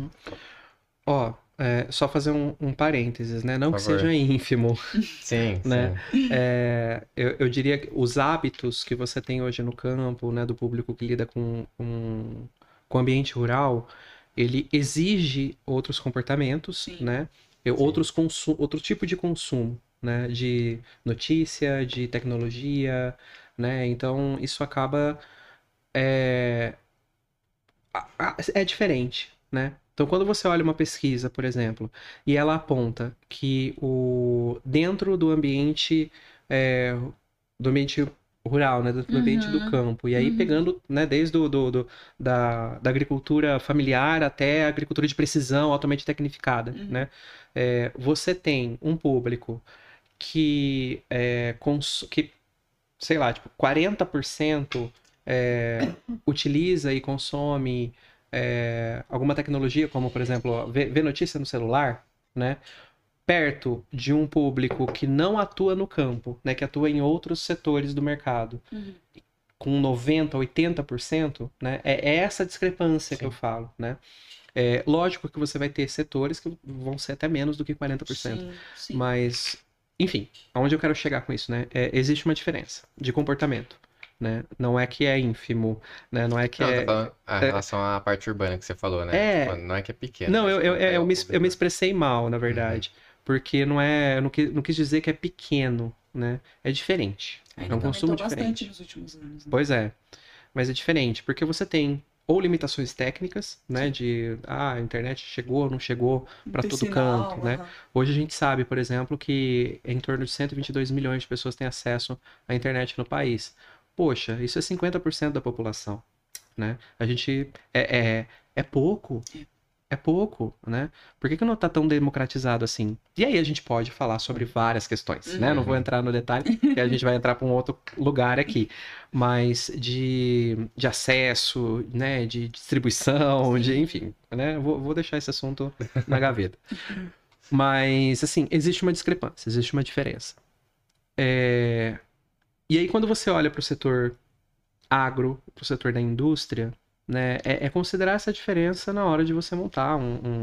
Speaker 2: Só fazer um parênteses, né? Não que seja ínfimo.
Speaker 1: Sim,
Speaker 2: né?
Speaker 1: sim.
Speaker 2: Eu diria que os hábitos que você tem hoje no campo, né? Do público que lida com o ambiente rural, ele exige outros comportamentos, né? Outro tipo de consumo, né? De notícia, de tecnologia, né? Então, isso acaba é diferente, né? Então, quando você olha uma pesquisa, por exemplo, e ela aponta que dentro do ambiente rural, né, do ambiente do
Speaker 3: Uhum,
Speaker 2: campo, e aí
Speaker 3: uhum,
Speaker 2: pegando, né, desde da agricultura familiar até a agricultura de precisão, altamente tecnificada,
Speaker 3: uhum,
Speaker 2: né? Você tem um público que sei lá, tipo, 40% utiliza e consome alguma tecnologia, como, por exemplo, ó, vê notícia no celular, né? Perto de um público que não atua no campo, né? Que atua em outros setores do mercado,
Speaker 3: uhum.
Speaker 2: com 90%, 80%, né? É essa discrepância que eu
Speaker 1: Sim.
Speaker 2: falo, né? Lógico que você vai ter setores que vão ser até menos do que 40%.
Speaker 3: Sim, sim.
Speaker 2: Mas, enfim, aonde eu quero chegar com isso, né? Existe uma diferença de comportamento, né? Não é que é ínfimo, né? Não é que
Speaker 1: Não, eu tô
Speaker 2: é...
Speaker 1: falando em
Speaker 2: É,
Speaker 1: relação à parte urbana que você falou, né? Tipo,
Speaker 2: é-
Speaker 1: não é que é pequeno,
Speaker 2: não,
Speaker 1: mas quando pega o
Speaker 2: eu me
Speaker 1: público.
Speaker 2: expressei mal, na
Speaker 1: Uhum.
Speaker 2: verdade. Porque eu não quis dizer que é pequeno, né? É diferente. É
Speaker 3: Ainda
Speaker 2: um
Speaker 3: que
Speaker 2: consumo
Speaker 3: aumentou bastante
Speaker 2: diferente.
Speaker 3: nos últimos anos, né?
Speaker 2: Pois é. Mas é diferente, porque você tem ou limitações técnicas, né,
Speaker 3: Sim.
Speaker 2: a internet chegou, não chegou
Speaker 3: Não
Speaker 2: para
Speaker 3: tem
Speaker 2: todo canto,
Speaker 3: sinal,
Speaker 2: né?
Speaker 3: aham.
Speaker 2: Hoje a gente sabe, por exemplo, que em torno de 122 milhões de pessoas têm acesso à internet no país. Poxa, isso é 50% da população, né? A gente é pouco, é pouco, né? Por que não tá tão democratizado assim? E aí a gente pode falar sobre várias questões, né? Não vou
Speaker 1: Uhum.
Speaker 2: entrar no detalhe, porque a gente vai entrar para um outro lugar aqui. Mas de acesso, né? De distribuição,
Speaker 3: Sim.
Speaker 2: enfim, né? Vou deixar esse assunto na gaveta. Mas, assim, existe uma discrepância, existe uma diferença. E aí, quando você olha para o setor agro, para o setor da indústria, né? É considerar essa diferença na hora de você montar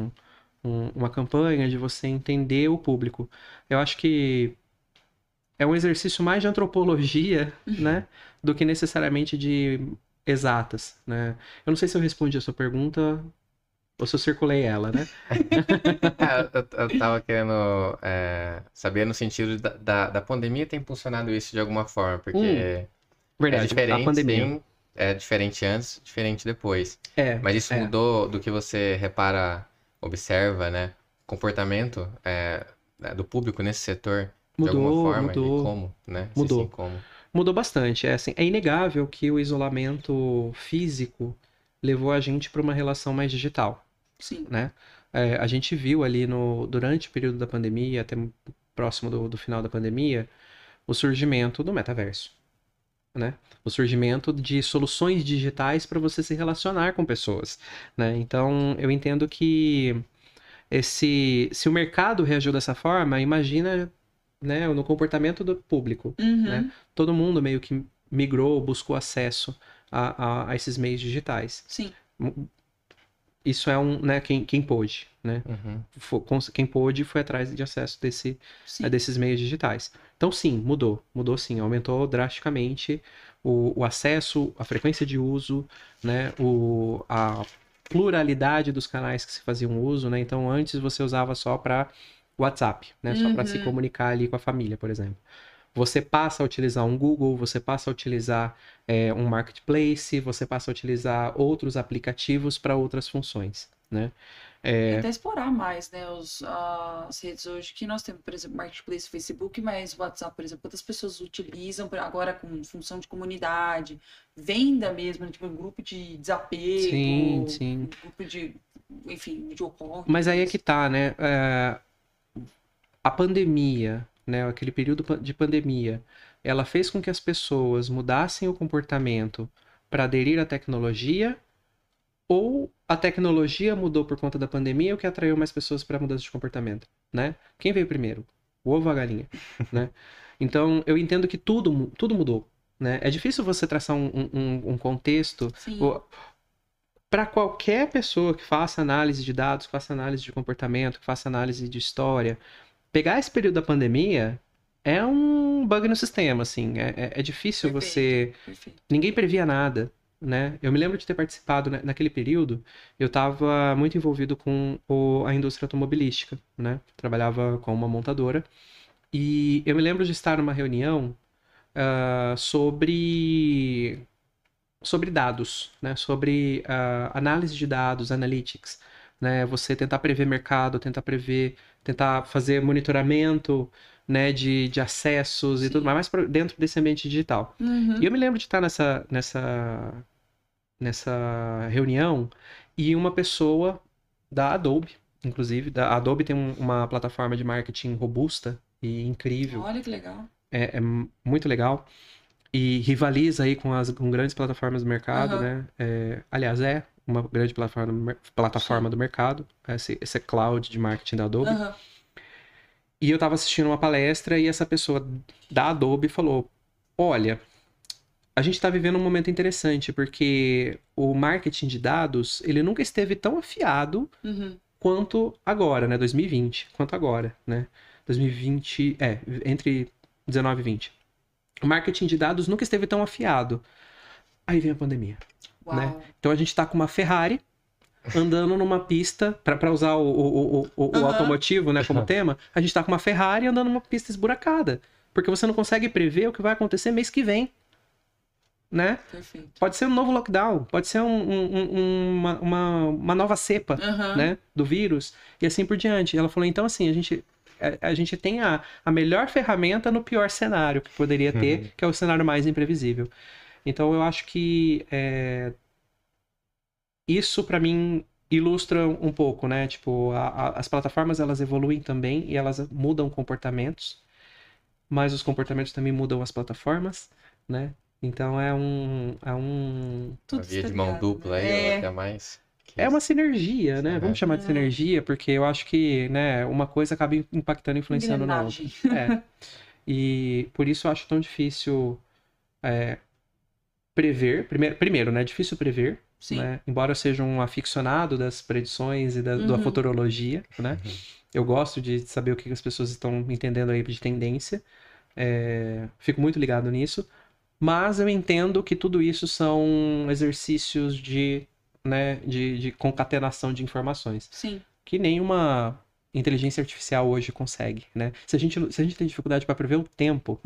Speaker 2: uma campanha, de você entender o público. Eu acho que é um exercício mais de antropologia, né, do que necessariamente de exatas, né? Eu não sei se eu respondi a sua pergunta ou se eu circulei ela, né?
Speaker 1: Eu tava querendo saber no sentido da pandemia ter impulsionado isso de alguma forma,
Speaker 2: Hum,
Speaker 1: porque é
Speaker 2: verdade, a
Speaker 1: diferente,
Speaker 2: pandemia.
Speaker 1: sim, é diferente antes, diferente depois.
Speaker 2: É,
Speaker 1: Mas isso
Speaker 2: é.
Speaker 1: mudou do que você repara, observa, né? Comportamento do público nesse setor de alguma
Speaker 2: Mudou,
Speaker 1: forma e
Speaker 2: mudou,
Speaker 1: como, né? Se sim,
Speaker 2: mudou.
Speaker 1: como.
Speaker 2: Mudou bastante. É assim, é inegável que o isolamento físico levou a gente para uma relação mais digital,
Speaker 3: Sim.
Speaker 2: né? A gente viu ali durante o período da pandemia, até próximo do final da pandemia, o surgimento do metaverso, né? O surgimento de soluções digitais para você se relacionar com pessoas, né? Então, eu entendo que se o mercado reagiu dessa forma, imagina, né, no comportamento do público, né?
Speaker 3: Uhum.
Speaker 2: Todo mundo meio que migrou, buscou acesso a esses meios digitais.
Speaker 3: Sim.
Speaker 2: Isso né, quem pôde, né?
Speaker 1: Uhum.
Speaker 2: Quem pôde foi atrás de acesso
Speaker 3: Sim.
Speaker 2: desses meios digitais. Então, sim, mudou sim, aumentou drasticamente o acesso, a frequência de uso, né? A pluralidade dos canais que se faziam uso, né? Então, antes você usava só para WhatsApp, né? Só para se
Speaker 3: Uhum.
Speaker 2: comunicar ali com a família, por exemplo. Você passa a utilizar um Google, você passa a utilizar um Marketplace, você passa a utilizar outros aplicativos para outras funções, né?
Speaker 3: E
Speaker 2: É,
Speaker 3: até explorar mais, né, as redes hoje que nós temos, por exemplo, Marketplace, Facebook, mas o WhatsApp, por exemplo, quantas pessoas utilizam agora com função de comunidade, venda mesmo, né, tipo, um grupo de
Speaker 2: sim,
Speaker 3: desapego,
Speaker 2: sim.
Speaker 3: um grupo de, enfim, de ocorre,
Speaker 2: Mas
Speaker 3: tudo
Speaker 2: aí é que
Speaker 3: isso.
Speaker 2: tá, né? A pandemia, né? Aquele período de pandemia, ela fez com que as pessoas mudassem o comportamento para aderir à tecnologia, ou a tecnologia mudou por conta da pandemia, o que atraiu mais pessoas para mudança de comportamento, né? Quem veio primeiro? O ovo ou a galinha, né? Então, eu entendo que tudo mudou, né? É difícil você traçar um contexto
Speaker 3: Sim,
Speaker 2: para qualquer pessoa que faça análise de dados, que faça análise de comportamento, que faça análise de história. Pegar esse período da pandemia é um bug no sistema, assim. É difícil
Speaker 3: perfeito,
Speaker 2: você.
Speaker 3: perfeito.
Speaker 2: Ninguém previa nada, né? Eu me lembro de ter participado naquele período. Eu estava muito envolvido com a indústria automobilística, né? Trabalhava com uma montadora. E eu me lembro de estar numa reunião sobre sobre dados, né? Sobre análise de dados, analytics, né? Você tentar prever mercado, tentar fazer monitoramento, né? De acessos e tudo mais dentro desse ambiente digital. E eu me lembro de estar nessa reunião e uma pessoa da Adobe, inclusive, a Adobe tem uma plataforma de marketing robusta e incrível.
Speaker 3: Olha que legal.
Speaker 2: É muito legal. E rivaliza aí com grandes plataformas do mercado, né? Aliás, é uma grande plataforma do mercado, esse cloud de marketing da Adobe. E eu estava assistindo uma palestra e essa pessoa da Adobe falou, olha, a gente está vivendo um momento interessante, porque o marketing de dados, ele nunca esteve tão afiado quanto agora, né? 2020, quanto agora, né? 2020, entre 19 e 20. O marketing de dados nunca esteve tão afiado. Aí vem a pandemia, né? Então a gente tá com uma Ferrari andando numa pista, para usar o automotivo, né, como tema, a gente tá com uma Ferrari andando numa pista esburacada. Porque você não consegue prever o que vai acontecer mês que vem. Né?
Speaker 3: Perfeito.
Speaker 2: Pode ser um novo lockdown, pode ser uma nova cepa, né, do vírus, e assim por diante. Ela falou, então assim, a gente tem a melhor ferramenta no pior cenário que poderia ter, que é o cenário mais imprevisível. Então eu acho que isso para mim ilustra um pouco, né? Tipo, as plataformas elas evoluem também e elas mudam comportamentos, mas os comportamentos também mudam as plataformas, né? Então é uma
Speaker 1: via de mão dupla aí, ou até mais.
Speaker 2: É uma sinergia, né? Vamos chamar de sinergia, porque eu acho que, né, uma coisa acaba impactando e influenciando na outra. E por isso eu acho tão difícil prever. Primeiro, né? É difícil prever. Né? Embora eu seja um aficionado das predições e da futurologia, né? Eu gosto de saber o que as pessoas estão entendendo aí de tendência. Fico muito ligado nisso. Mas eu entendo que tudo isso são exercícios de concatenação de informações.
Speaker 3: Sim.
Speaker 2: Que nenhuma inteligência artificial hoje consegue, né? Se a gente tem dificuldade para prever o tempo,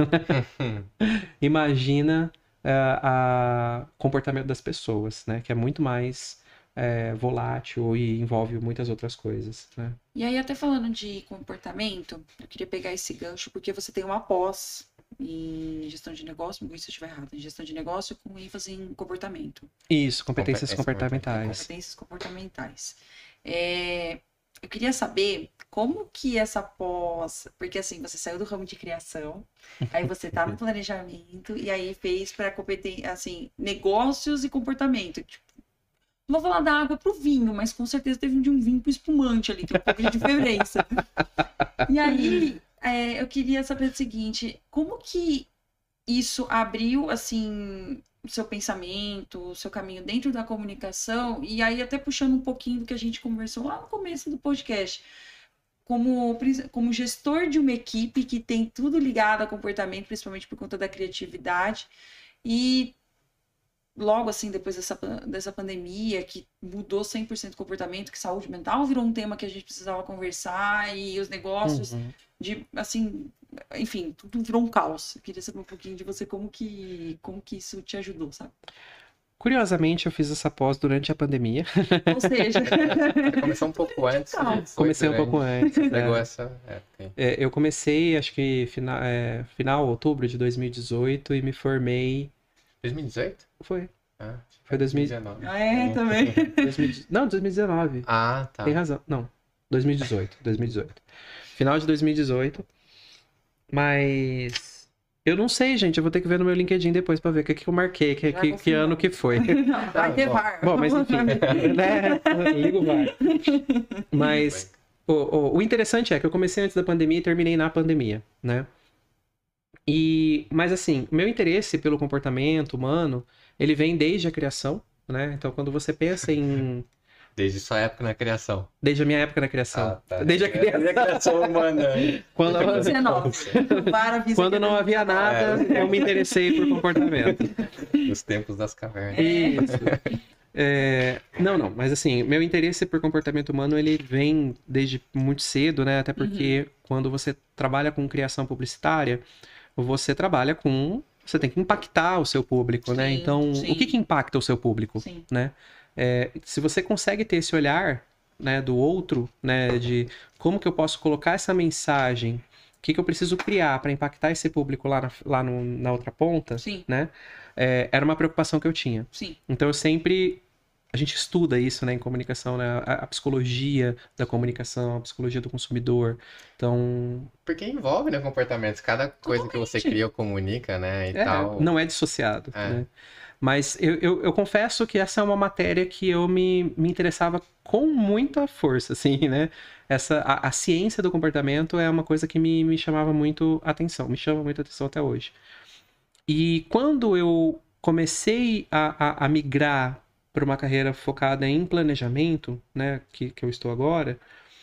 Speaker 2: imagina o comportamento das pessoas, né? Que é muito mais volátil e envolve muitas outras coisas, né?
Speaker 3: E aí, até falando de comportamento, eu queria pegar esse gancho, porque você tem uma pós em gestão de negócio, me corrija se eu estiver errado, em gestão de negócio com ênfase em comportamento.
Speaker 2: Isso, competências comportamentais.
Speaker 3: Competências comportamentais. Eu queria saber como que essa pós, porque assim, você saiu do ramo de criação, aí você tá no planejamento, e aí fez para competência, assim, negócios e comportamento. Tipo, não vou falar da água pro vinho, mas com certeza teve de um vinho pro espumante ali, tem um pouco de diferença. E aí, eu queria saber o seguinte, como que isso abriu, assim, o seu pensamento, o seu caminho dentro da comunicação, e aí até puxando um pouquinho do que a gente conversou lá no começo do podcast, como gestor de uma equipe que tem tudo ligado a comportamento, principalmente por conta da criatividade, e logo assim, depois dessa pandemia, que mudou 100% o comportamento, que saúde mental virou um tema que a gente precisava conversar, e os negócios, assim, enfim, tudo virou um caos. Eu queria saber um pouquinho de você, como que isso te ajudou, sabe?
Speaker 2: Curiosamente, eu fiz essa pós durante a pandemia.
Speaker 3: Ou seja...
Speaker 1: Começou um pouco antes.
Speaker 2: Comecei um pouco antes.
Speaker 1: Pegou essa época.
Speaker 2: Eu comecei, acho que final outubro de 2018 e me formei...
Speaker 1: 2018?
Speaker 2: Foi.
Speaker 1: Foi 2019.
Speaker 3: Também.
Speaker 2: Não, 2019.
Speaker 1: Ah, tá.
Speaker 2: Tem razão. Não, 2018. Final de 2018. Mas... eu não sei, gente. Eu vou ter que ver no meu LinkedIn depois pra ver o que eu marquei, que ano que foi.
Speaker 3: Vai ter VAR.
Speaker 2: Bom, mas enfim. Né? Liga o VAR. Mas o interessante é que eu comecei antes da pandemia e terminei na pandemia, né? Mas assim, meu interesse pelo comportamento humano, ele vem desde a criação, né? Então, quando você pensa em...
Speaker 1: Desde sua época na criação.
Speaker 2: Desde a minha época na criação.
Speaker 1: Tá.
Speaker 2: Desde a
Speaker 1: criação humana.
Speaker 2: Quando não havia nada, eu me interessei por comportamento.
Speaker 1: Nos tempos das cavernas.
Speaker 2: Isso. Não, mas assim, meu interesse por comportamento humano, ele vem desde muito cedo, né? Até porque quando você trabalha com criação publicitária, você trabalha com você tem que impactar o seu público, né?
Speaker 3: Sim,
Speaker 2: Então,
Speaker 3: sim.
Speaker 2: o que impacta o seu público,
Speaker 3: Sim.
Speaker 2: né? Se você consegue ter esse olhar, né, do outro, né, de como que eu posso colocar essa mensagem, o que eu preciso criar para impactar esse público na outra ponta,
Speaker 3: Sim.
Speaker 2: né? Era uma preocupação que eu tinha.
Speaker 3: Sim.
Speaker 2: Então, a gente estuda isso, né, em comunicação, né? A psicologia da comunicação, a psicologia do consumidor. Então,
Speaker 1: Porque envolve, né, comportamentos. Cada coisa que você
Speaker 3: Totalmente.
Speaker 1: cria ou comunica, né, e tal.
Speaker 2: não é dissociado,
Speaker 1: É.
Speaker 2: né? Mas eu confesso que essa é uma matéria que eu me interessava com muita força, assim, né? A ciência do comportamento é uma coisa que me chamava muito atenção, me chama muito atenção até hoje. E quando eu comecei a migrar para uma carreira focada em planejamento, né, que eu estou agora,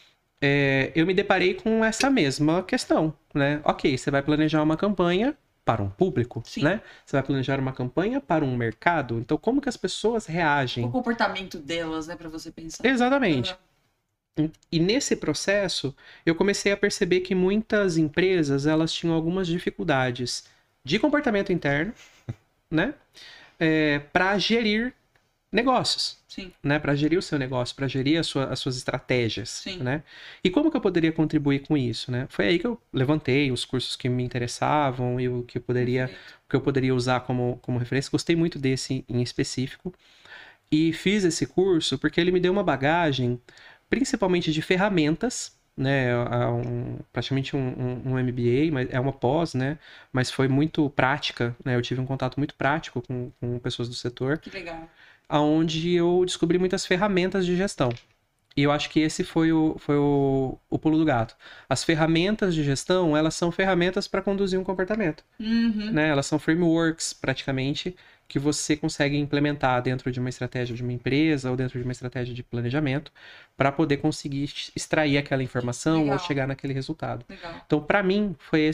Speaker 2: eu me deparei com essa mesma questão, né? Ok, você vai planejar uma campanha para um público,
Speaker 3: Sim.
Speaker 2: né? Você vai planejar uma campanha para um mercado. Então, como que as pessoas reagem?
Speaker 3: O comportamento delas, né, pra você pensar.
Speaker 2: Exatamente.
Speaker 3: Uhum.
Speaker 2: E nesse processo, eu comecei a perceber que muitas empresas, elas tinham algumas dificuldades de comportamento interno, né? Para gerir negócios,
Speaker 3: Sim.
Speaker 2: né? Para gerir o seu negócio, para gerir as suas estratégias,
Speaker 3: Sim.
Speaker 2: né? E como que eu poderia contribuir com isso, né? Foi aí que eu levantei os cursos que me interessavam e o que eu poderia usar como referência. Gostei muito desse em específico e fiz esse curso porque ele me deu uma bagagem, principalmente de ferramentas, né? Praticamente um MBA, mas é uma pós, né? Mas foi muito prática, né? Eu tive um contato muito prático com pessoas do setor,
Speaker 3: Que legal.
Speaker 2: onde eu descobri muitas ferramentas de gestão. E eu acho que esse foi o pulo do gato. As ferramentas de gestão, elas são ferramentas para conduzir um comportamento.
Speaker 3: Uhum.
Speaker 2: Né? Elas são frameworks, praticamente, que você consegue implementar dentro de uma estratégia de uma empresa ou dentro de uma estratégia de planejamento para poder conseguir extrair aquela informação
Speaker 3: Legal.
Speaker 2: ou chegar naquele resultado.
Speaker 3: Legal.
Speaker 2: Então, para mim,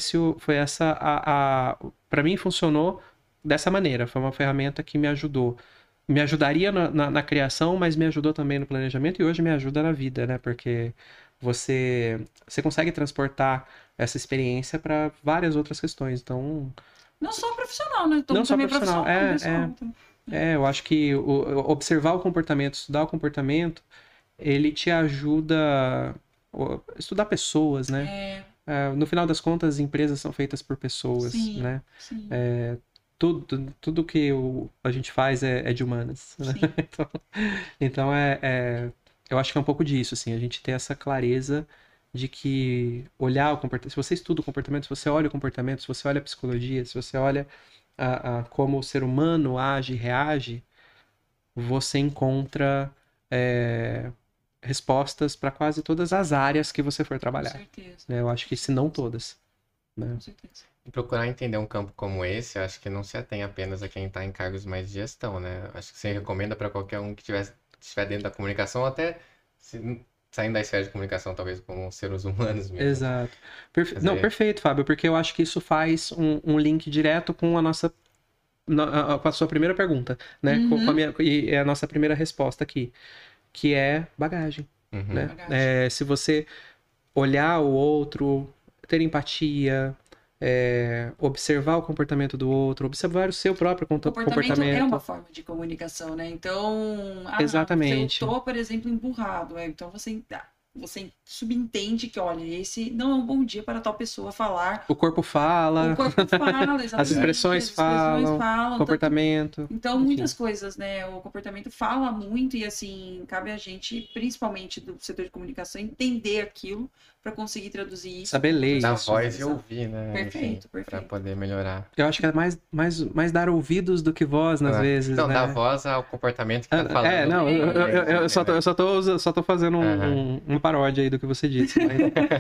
Speaker 2: para mim funcionou dessa maneira. Foi uma ferramenta que me ajudou. Me ajudaria na criação, mas me ajudou também no planejamento e hoje me ajuda na vida, né? Porque você consegue transportar essa experiência para várias outras questões. Então,
Speaker 3: Não só profissional, né? Então,
Speaker 2: não só
Speaker 3: também
Speaker 2: profissional,
Speaker 3: pessoal.
Speaker 2: eu acho que observar o comportamento, estudar o comportamento, ele te ajuda a estudar pessoas, né? No final das contas, as empresas são feitas por pessoas,
Speaker 3: Sim,
Speaker 2: né?
Speaker 3: sim.
Speaker 2: Tudo que a gente faz é de humanas, né? Então eu acho que é um pouco disso, assim, a gente ter essa clareza de que olhar o comportamento, se você estuda o comportamento, se você olha o comportamento, se você olha a psicologia, se você olha como o ser humano age e reage, você encontra respostas para quase todas as áreas que você for
Speaker 3: Com
Speaker 2: trabalhar.
Speaker 3: certeza.
Speaker 2: Eu acho que se não todas. Né?
Speaker 3: Com certeza.
Speaker 1: E procurar entender um campo como esse, eu acho que não se atém apenas a quem está em cargos mais de gestão, né? Acho que você recomenda para qualquer um que estiver dentro da comunicação, ou até saindo da esfera de comunicação, talvez como seres humanos mesmo.
Speaker 2: Exato.
Speaker 1: Não,
Speaker 2: perfeito, Fábio, porque eu acho que isso faz um link direto com com a sua primeira pergunta, né?
Speaker 3: Uhum.
Speaker 2: E é a nossa primeira resposta aqui, que é bagagem.
Speaker 1: Uhum.
Speaker 2: Né?
Speaker 3: Bagagem.
Speaker 2: Se você olhar o outro, ter empatia, observar o comportamento do outro, observar o seu próprio comportamento.
Speaker 3: É uma forma de comunicação, né? Então,
Speaker 2: Exatamente.
Speaker 3: eu tô, por exemplo, emburrado. Então você subentende que, olha, esse não é um bom dia para tal pessoa falar.
Speaker 2: O corpo fala.
Speaker 3: O corpo fala, exatamente.
Speaker 2: As expressões falam. Comportamento.
Speaker 3: Então, muitas coisas, né? O comportamento fala muito e, assim, cabe a gente, principalmente do setor de comunicação, entender aquilo para conseguir traduzir isso.
Speaker 2: Saber ler
Speaker 1: dar
Speaker 2: isso.
Speaker 1: voz e ouvir, né?
Speaker 3: Perfeito, perfeito.
Speaker 1: Para poder melhorar.
Speaker 2: Eu acho que é mais dar ouvidos do que voz, às vezes,
Speaker 1: não,
Speaker 2: né?
Speaker 1: dar voz ao comportamento que tá falando.
Speaker 2: Não, eu só tô fazendo uma paródia aí do que você disse. Mas,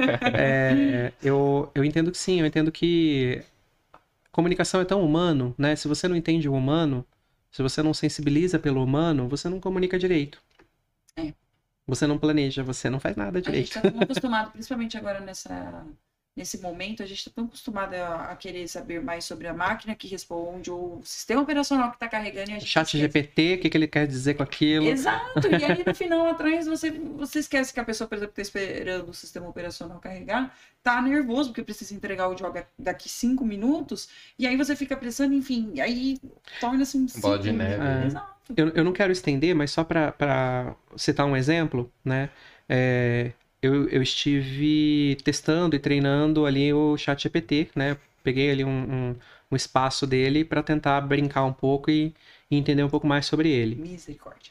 Speaker 2: eu entendo que sim, eu entendo que comunicação é tão humano, né? Se você não entende o humano, se você não sensibiliza pelo humano, você não comunica direito. Você não planeja, você não faz nada direito.
Speaker 3: A gente tá tão acostumado, principalmente agora nesse momento, a gente está tão acostumado a querer saber mais sobre a máquina que responde, ou o sistema operacional que está carregando, e a gente
Speaker 2: Chat
Speaker 3: esquece.
Speaker 2: GPT, o que ele quer dizer com aquilo?
Speaker 3: Exato, e aí no final atrás você esquece que a pessoa, por exemplo, está esperando o sistema operacional carregar, tá nervoso porque precisa entregar o jogo daqui 5 minutos, e aí você fica pensando, enfim, aí torna-se um
Speaker 1: Bola de
Speaker 3: ciclo,
Speaker 1: neve.
Speaker 3: né? Exato.
Speaker 2: Eu não quero estender, mas só para citar um exemplo, né? Eu estive testando e treinando ali o ChatGPT, né? Peguei ali um espaço dele para tentar brincar um pouco e entender um pouco mais sobre ele.
Speaker 3: Misericórdia.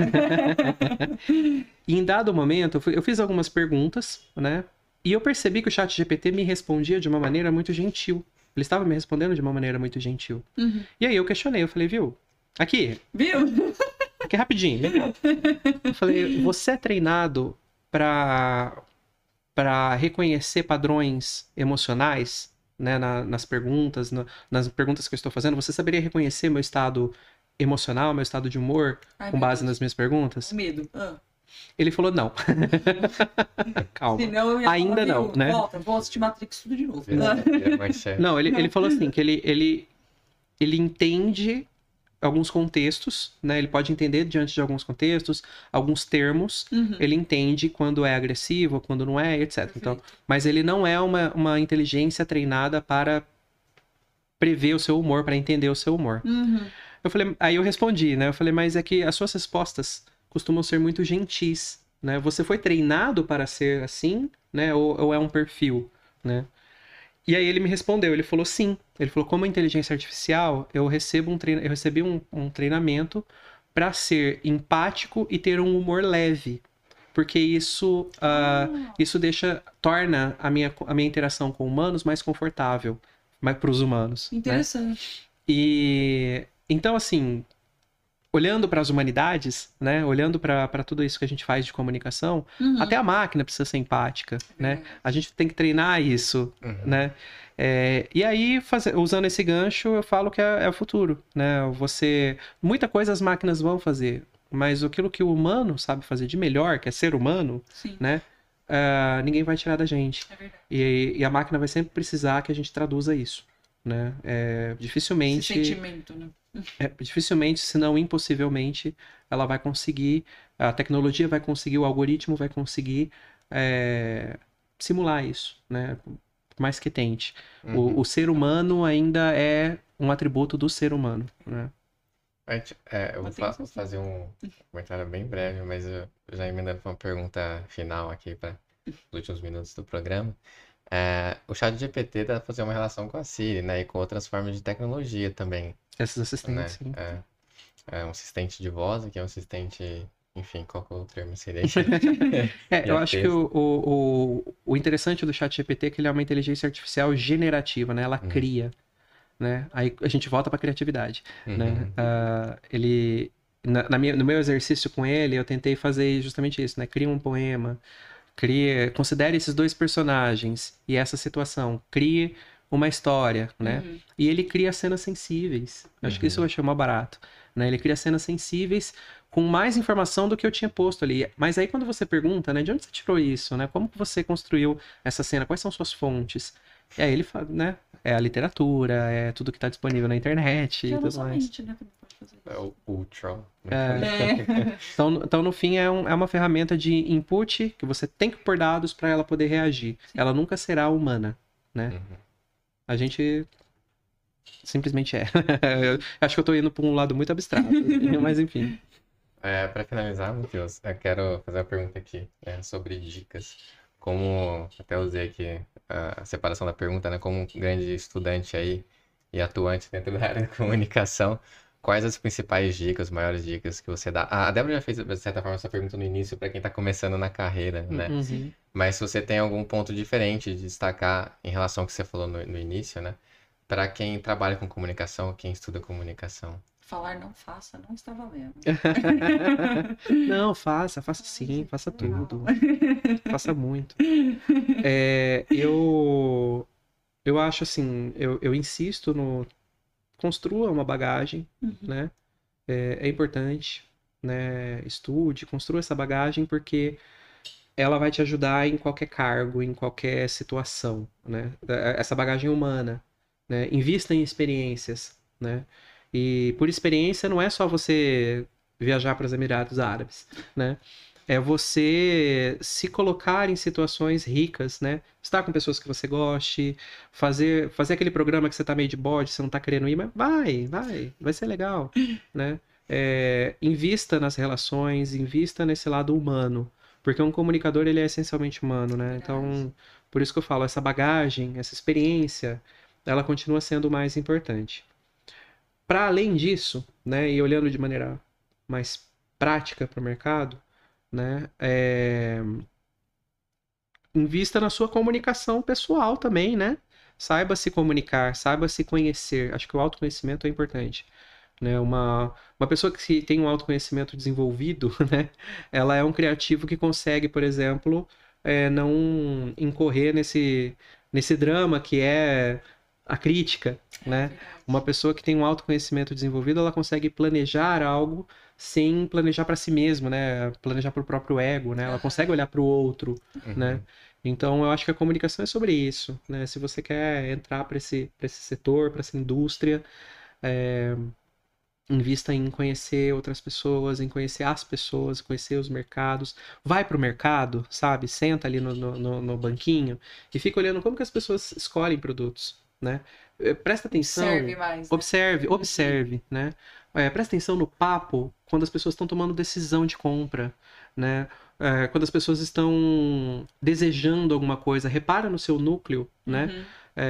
Speaker 2: E em dado momento, eu fiz algumas perguntas, né? E eu percebi que o ChatGPT me respondia de uma maneira muito gentil. Ele estava me respondendo de uma maneira muito gentil.
Speaker 3: Uhum.
Speaker 2: E aí eu questionei, eu falei, viu? Aqui,
Speaker 3: Viu?
Speaker 2: aqui rapidinho, vem cá. Eu falei, você é treinado para reconhecer padrões emocionais, né, nas perguntas, nas perguntas que eu estou fazendo? Você saberia reconhecer meu estado emocional, meu estado de humor,
Speaker 3: Ai,
Speaker 2: com
Speaker 3: meu
Speaker 2: base
Speaker 3: Deus.
Speaker 2: nas minhas perguntas?
Speaker 3: Medo.
Speaker 2: Ele falou, não. Calma.
Speaker 3: Senão eu ia
Speaker 2: Ainda
Speaker 3: falar,
Speaker 2: não,
Speaker 3: viu?
Speaker 2: né?
Speaker 3: Volta, vou assistir Matrix tudo de novo.
Speaker 2: Não, ele falou assim, que ele entende alguns contextos, né? Ele pode entender diante de alguns contextos, alguns termos,
Speaker 3: Uhum.
Speaker 2: ele entende quando é agressivo, quando não é, etc. Então, mas ele não é uma inteligência treinada para prever o seu humor, para entender o seu humor.
Speaker 3: Uhum.
Speaker 2: Eu falei, aí eu respondi, né? Eu falei, mas é que as suas respostas costumam ser muito gentis, né? Você foi treinado para ser assim, né? Ou é um perfil, né? E aí ele me respondeu, ele falou sim. Ele falou, como inteligência artificial, eu recebi um treinamento para ser empático e ter um humor leve. Porque isso torna a minha interação com humanos mais confortável, para os humanos.
Speaker 3: Interessante.
Speaker 2: Né? E então, assim, olhando para as humanidades, né? Olhando para tudo isso que a gente faz de comunicação,
Speaker 3: Uhum.
Speaker 2: até a máquina precisa ser empática, né? A gente tem que treinar isso, né? E aí, usando esse gancho, eu falo que é o futuro, né? Muita coisa as máquinas vão fazer, mas aquilo que o humano sabe fazer de melhor, que é ser humano,
Speaker 3: Sim.
Speaker 2: né? Ninguém vai tirar da gente.
Speaker 3: É verdade.
Speaker 2: E a máquina vai sempre precisar que a gente traduza isso, né? Dificilmente...
Speaker 3: Esse sentimento, né?
Speaker 2: Dificilmente, se não impossivelmente, ela vai conseguir, a tecnologia vai conseguir, o algoritmo vai conseguir simular isso, né? Por mais que tente. O ser humano ainda é um atributo do ser humano, né?
Speaker 1: Eu vou fazer um comentário bem breve, mas eu já emendando para uma pergunta final aqui para os últimos minutos do programa. O ChatGPT dá para fazer uma relação com a Siri, né? E com outras formas de tecnologia também.
Speaker 2: Esses assistentes, sim.
Speaker 1: É um assistente de voz, que é um assistente... Enfim, qual que é o termo seria?
Speaker 2: Eu acho que o interessante do ChatGPT é que ele é uma inteligência artificial generativa, né? Ela cria, né? Aí a gente volta para a criatividade, né? No meu exercício com ele, eu tentei fazer justamente isso, né? Cria um poema, considere esses dois personagens e essa situação, crie uma história, né? E ele cria cenas sensíveis. Acho que isso eu achei mais barato, né? Ele cria cenas sensíveis com mais informação do que eu tinha posto ali. Mas aí quando você pergunta, né, de onde você tirou isso, né? Como que você construiu essa cena? Quais são suas fontes? E aí ele fala, né? É a literatura, é tudo que está disponível na internet e tudo mais.
Speaker 3: Né, fazer isso.
Speaker 1: É o Ultron.
Speaker 2: Então, no fim, é uma ferramenta de input que você tem que pôr dados para ela poder reagir. Sim. Ela nunca será humana, né? A gente simplesmente é. Eu acho que eu tô indo para um lado muito abstrato, mas enfim.
Speaker 1: Para finalizar, Matheus, eu quero fazer uma pergunta aqui sobre dicas. Como até usei aqui a separação da pergunta, né? Como um grande estudante aí e atuante dentro da área de comunicação, quais as principais dicas, maiores dicas que você dá? A Débora já fez, de certa forma, essa pergunta no início para quem está começando na carreira, né? Mas se você tem algum ponto diferente de destacar em relação ao que você falou no início, né? Para quem trabalha com comunicação, quem estuda comunicação.
Speaker 3: Falar não faça, não está valendo.
Speaker 2: Não, faça sim, faça tudo. Faça muito. Eu acho assim, eu insisto no... Construa uma bagagem, né? É importante, né? Estude, construa essa bagagem, porque ela vai te ajudar em qualquer cargo, em qualquer situação, né? Essa bagagem humana, né? Invista em experiências, né? E por experiência não é só você viajar para os Emirados Árabes, né? É você se colocar em situações ricas, né? Estar com pessoas que você goste, fazer aquele programa que você tá meio de bode, você não tá querendo ir, mas vai ser legal, né? Invista nas relações, invista nesse lado humano, porque um comunicador, ele é essencialmente humano, né? Então, por isso que eu falo, essa bagagem, essa experiência, ela continua sendo o mais importante. Para além disso, né, e olhando de maneira mais prática para o mercado, né, invista na sua comunicação pessoal também, né? Saiba se comunicar, saiba se conhecer. Acho que o autoconhecimento é importante, né? Uma pessoa que tem um autoconhecimento desenvolvido, né? Ela é um criativo que consegue, por exemplo, não incorrer nesse drama que é a crítica, né? Uma pessoa que tem um autoconhecimento desenvolvido, ela consegue planejar algo sem planejar para si mesmo, né? Planejar para o próprio ego, né? Ela consegue olhar para o outro, né? Então, eu acho que a comunicação é sobre isso, né? Se você quer entrar para esse setor, para essa indústria, invista em conhecer outras pessoas, em conhecer as pessoas, conhecer os mercados. Vai para o mercado, sabe? Senta ali no banquinho e fica olhando como que as pessoas escolhem produtos, né? Presta atenção.
Speaker 3: Observe mais. Né?
Speaker 2: Observe, né? Presta atenção no papo quando as pessoas estão tomando decisão de compra, né? Quando as pessoas estão desejando alguma coisa, repara no seu núcleo, né?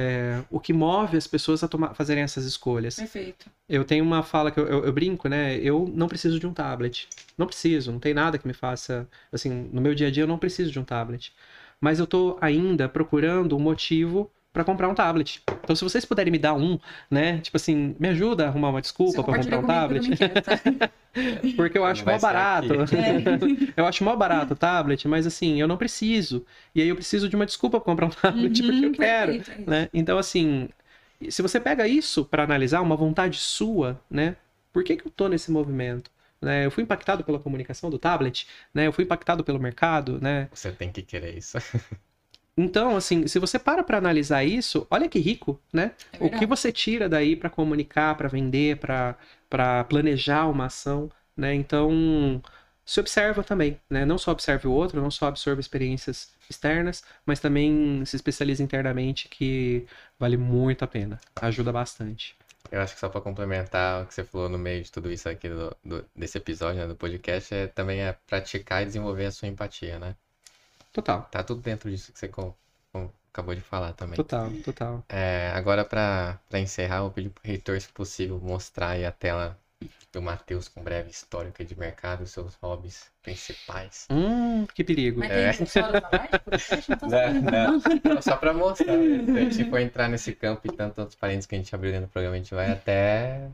Speaker 2: O que move as pessoas a fazerem essas escolhas.
Speaker 3: Perfeito.
Speaker 2: Eu tenho uma fala que eu brinco, né? Eu não preciso de um tablet. Não preciso, não tem nada que me faça... Assim, no meu dia a dia eu não preciso de um tablet. Mas eu tô ainda procurando um motivo para comprar um tablet. Então, se vocês puderem me dar um, né? Tipo assim, me ajuda a arrumar uma desculpa para comprar um tablet.
Speaker 3: Quero, tá?
Speaker 2: Porque eu acho mó barato. Eu acho mó barato o tablet, mas assim, eu não preciso. E aí eu preciso de uma desculpa para comprar um tablet porque eu quero, né? Então, assim, se você pega isso para analisar, uma vontade sua, né? Por que eu tô nesse movimento? Né? Eu fui impactado pela comunicação do tablet, né? Eu fui impactado pelo mercado, né?
Speaker 1: Você tem que querer isso.
Speaker 2: Então, assim, se você para analisar isso, olha que rico, né? O que você tira daí para comunicar, para vender, para planejar uma ação, né? Então, se observa também, né? Não só observe o outro, não só absorve experiências externas, mas também se especializa internamente, que vale muito a pena, ajuda bastante.
Speaker 1: Eu acho que só para complementar o que você falou no meio de tudo isso aqui desse episódio, né, do podcast, também é praticar e desenvolver a sua empatia, né?
Speaker 2: Total.
Speaker 1: Tá tudo dentro disso que você acabou de falar também.
Speaker 2: Total.
Speaker 1: Agora, para encerrar, eu vou pedir pro reitor, se possível, mostrar aí a tela do Matheus com breve histórico de mercado, seus hobbies principais.
Speaker 2: Que perigo.
Speaker 3: Mas tem 6 horas a mais? Podcast? Não tá sabendo,
Speaker 1: não. Só para mostrar. Né? Se a gente for entrar nesse campo e tantos outros parênteses que a gente abriu dentro do programa, a gente vai até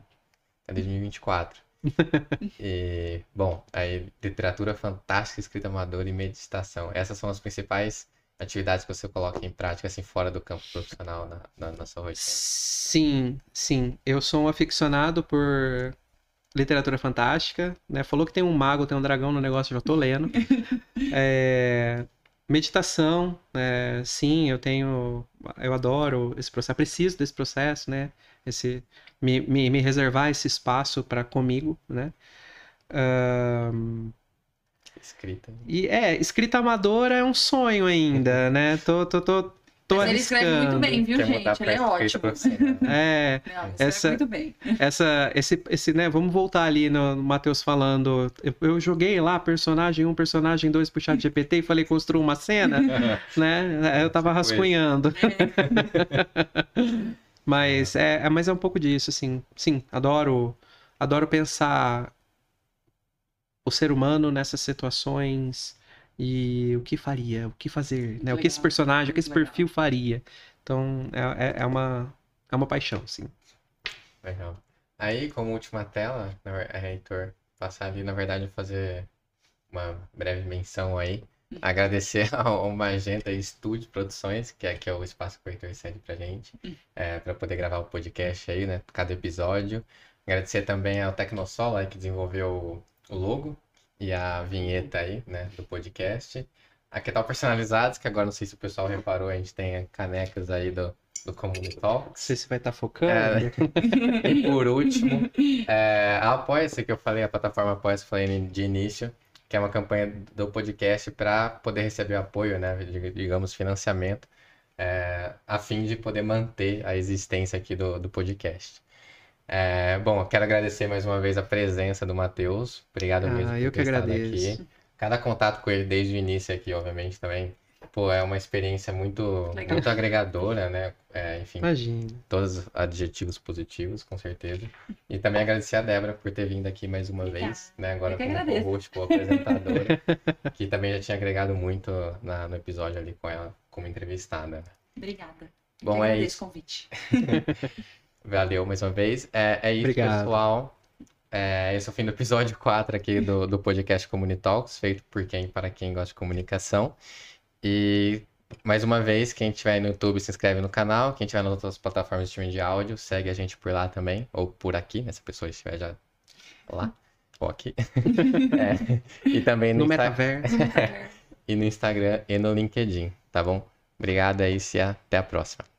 Speaker 1: 2024. E, bom, aí literatura fantástica, escrita amadora e meditação. Essas são as principais atividades que você coloca em prática, assim, fora do campo profissional na sua rotina.
Speaker 2: Sim. Eu sou um aficionado por literatura fantástica, né? Falou que tem um mago, tem um dragão no negócio, eu já tô lendo. Meditação, sim, eu adoro esse processo, preciso desse processo, né? Me reservar esse espaço para comigo, né?
Speaker 1: Escrita.
Speaker 2: E escrita amadora é um sonho ainda, né? Tô
Speaker 3: Mas ele escreve muito bem, viu, gente? Ele é ótimo. Não, escreve muito bem.
Speaker 2: Esse, né? Vamos voltar ali no Matheus falando. Eu joguei lá personagem 1, personagem 2 pro chat GPT e falei, construa uma cena, né? Eu tava rascunhando. Mas é um pouco disso, assim. Sim, adoro pensar o ser humano nessas situações e o que faria, o que fazer, né? O que esse personagem, o que esse perfil faria. Então, é uma paixão, sim.
Speaker 1: Legal. Aí, como última tela, Heitor, passar ali, na verdade, fazer uma breve menção aí. Agradecer ao Magenta Estúdio Produções, que é o espaço que o Heitor cede pra gente, para poder gravar o podcast aí, né? Cada episódio. Agradecer também ao Tecnosol, aí, que desenvolveu o logo e a vinheta aí, né, do podcast. Aqui tá o Personalizados, que agora não sei se o pessoal reparou, a gente tem canecas aí do Community Talks.
Speaker 2: Não sei se vai estar focando.
Speaker 1: E por último, a Apoia-se, que eu falei, a plataforma Apoia-se, falei de início, que é uma campanha do podcast para poder receber apoio, né, digamos, financiamento, a fim de poder manter a existência aqui do podcast. Bom, eu quero agradecer mais uma vez a presença do Matheus. Obrigado mesmo por
Speaker 2: Eu que
Speaker 1: ter estado
Speaker 2: agradeço.
Speaker 1: aqui. Cada contato com ele desde o início aqui, obviamente, também, pô, é uma experiência muito agregadora, né? Enfim,
Speaker 2: Imagina.
Speaker 1: todos os adjetivos positivos, com certeza. E também agradecer a Débora por ter vindo aqui mais uma vez, né? Agora como co-host, como apresentadora, que também já tinha agregado muito no episódio ali com ela como entrevistada.
Speaker 3: Obrigada.
Speaker 1: Bom,
Speaker 3: Eu
Speaker 1: é
Speaker 3: agradeço
Speaker 1: isso.
Speaker 3: o convite.
Speaker 1: Valeu mais uma vez. É isso,
Speaker 2: Obrigado.
Speaker 1: pessoal. Esse é o fim do episódio 4 aqui do podcast Community Talks, feito por quem, para quem gosta de comunicação. E, mais uma vez, quem estiver aí no YouTube, se inscreve no canal. Quem estiver nas outras plataformas de streaming de áudio, segue a gente por lá também. Ou por aqui, né? Se a pessoa estiver já lá. Ou aqui. E também
Speaker 2: No metaverso.
Speaker 1: E no Instagram e no LinkedIn, tá bom? Obrigado aí, e até a próxima.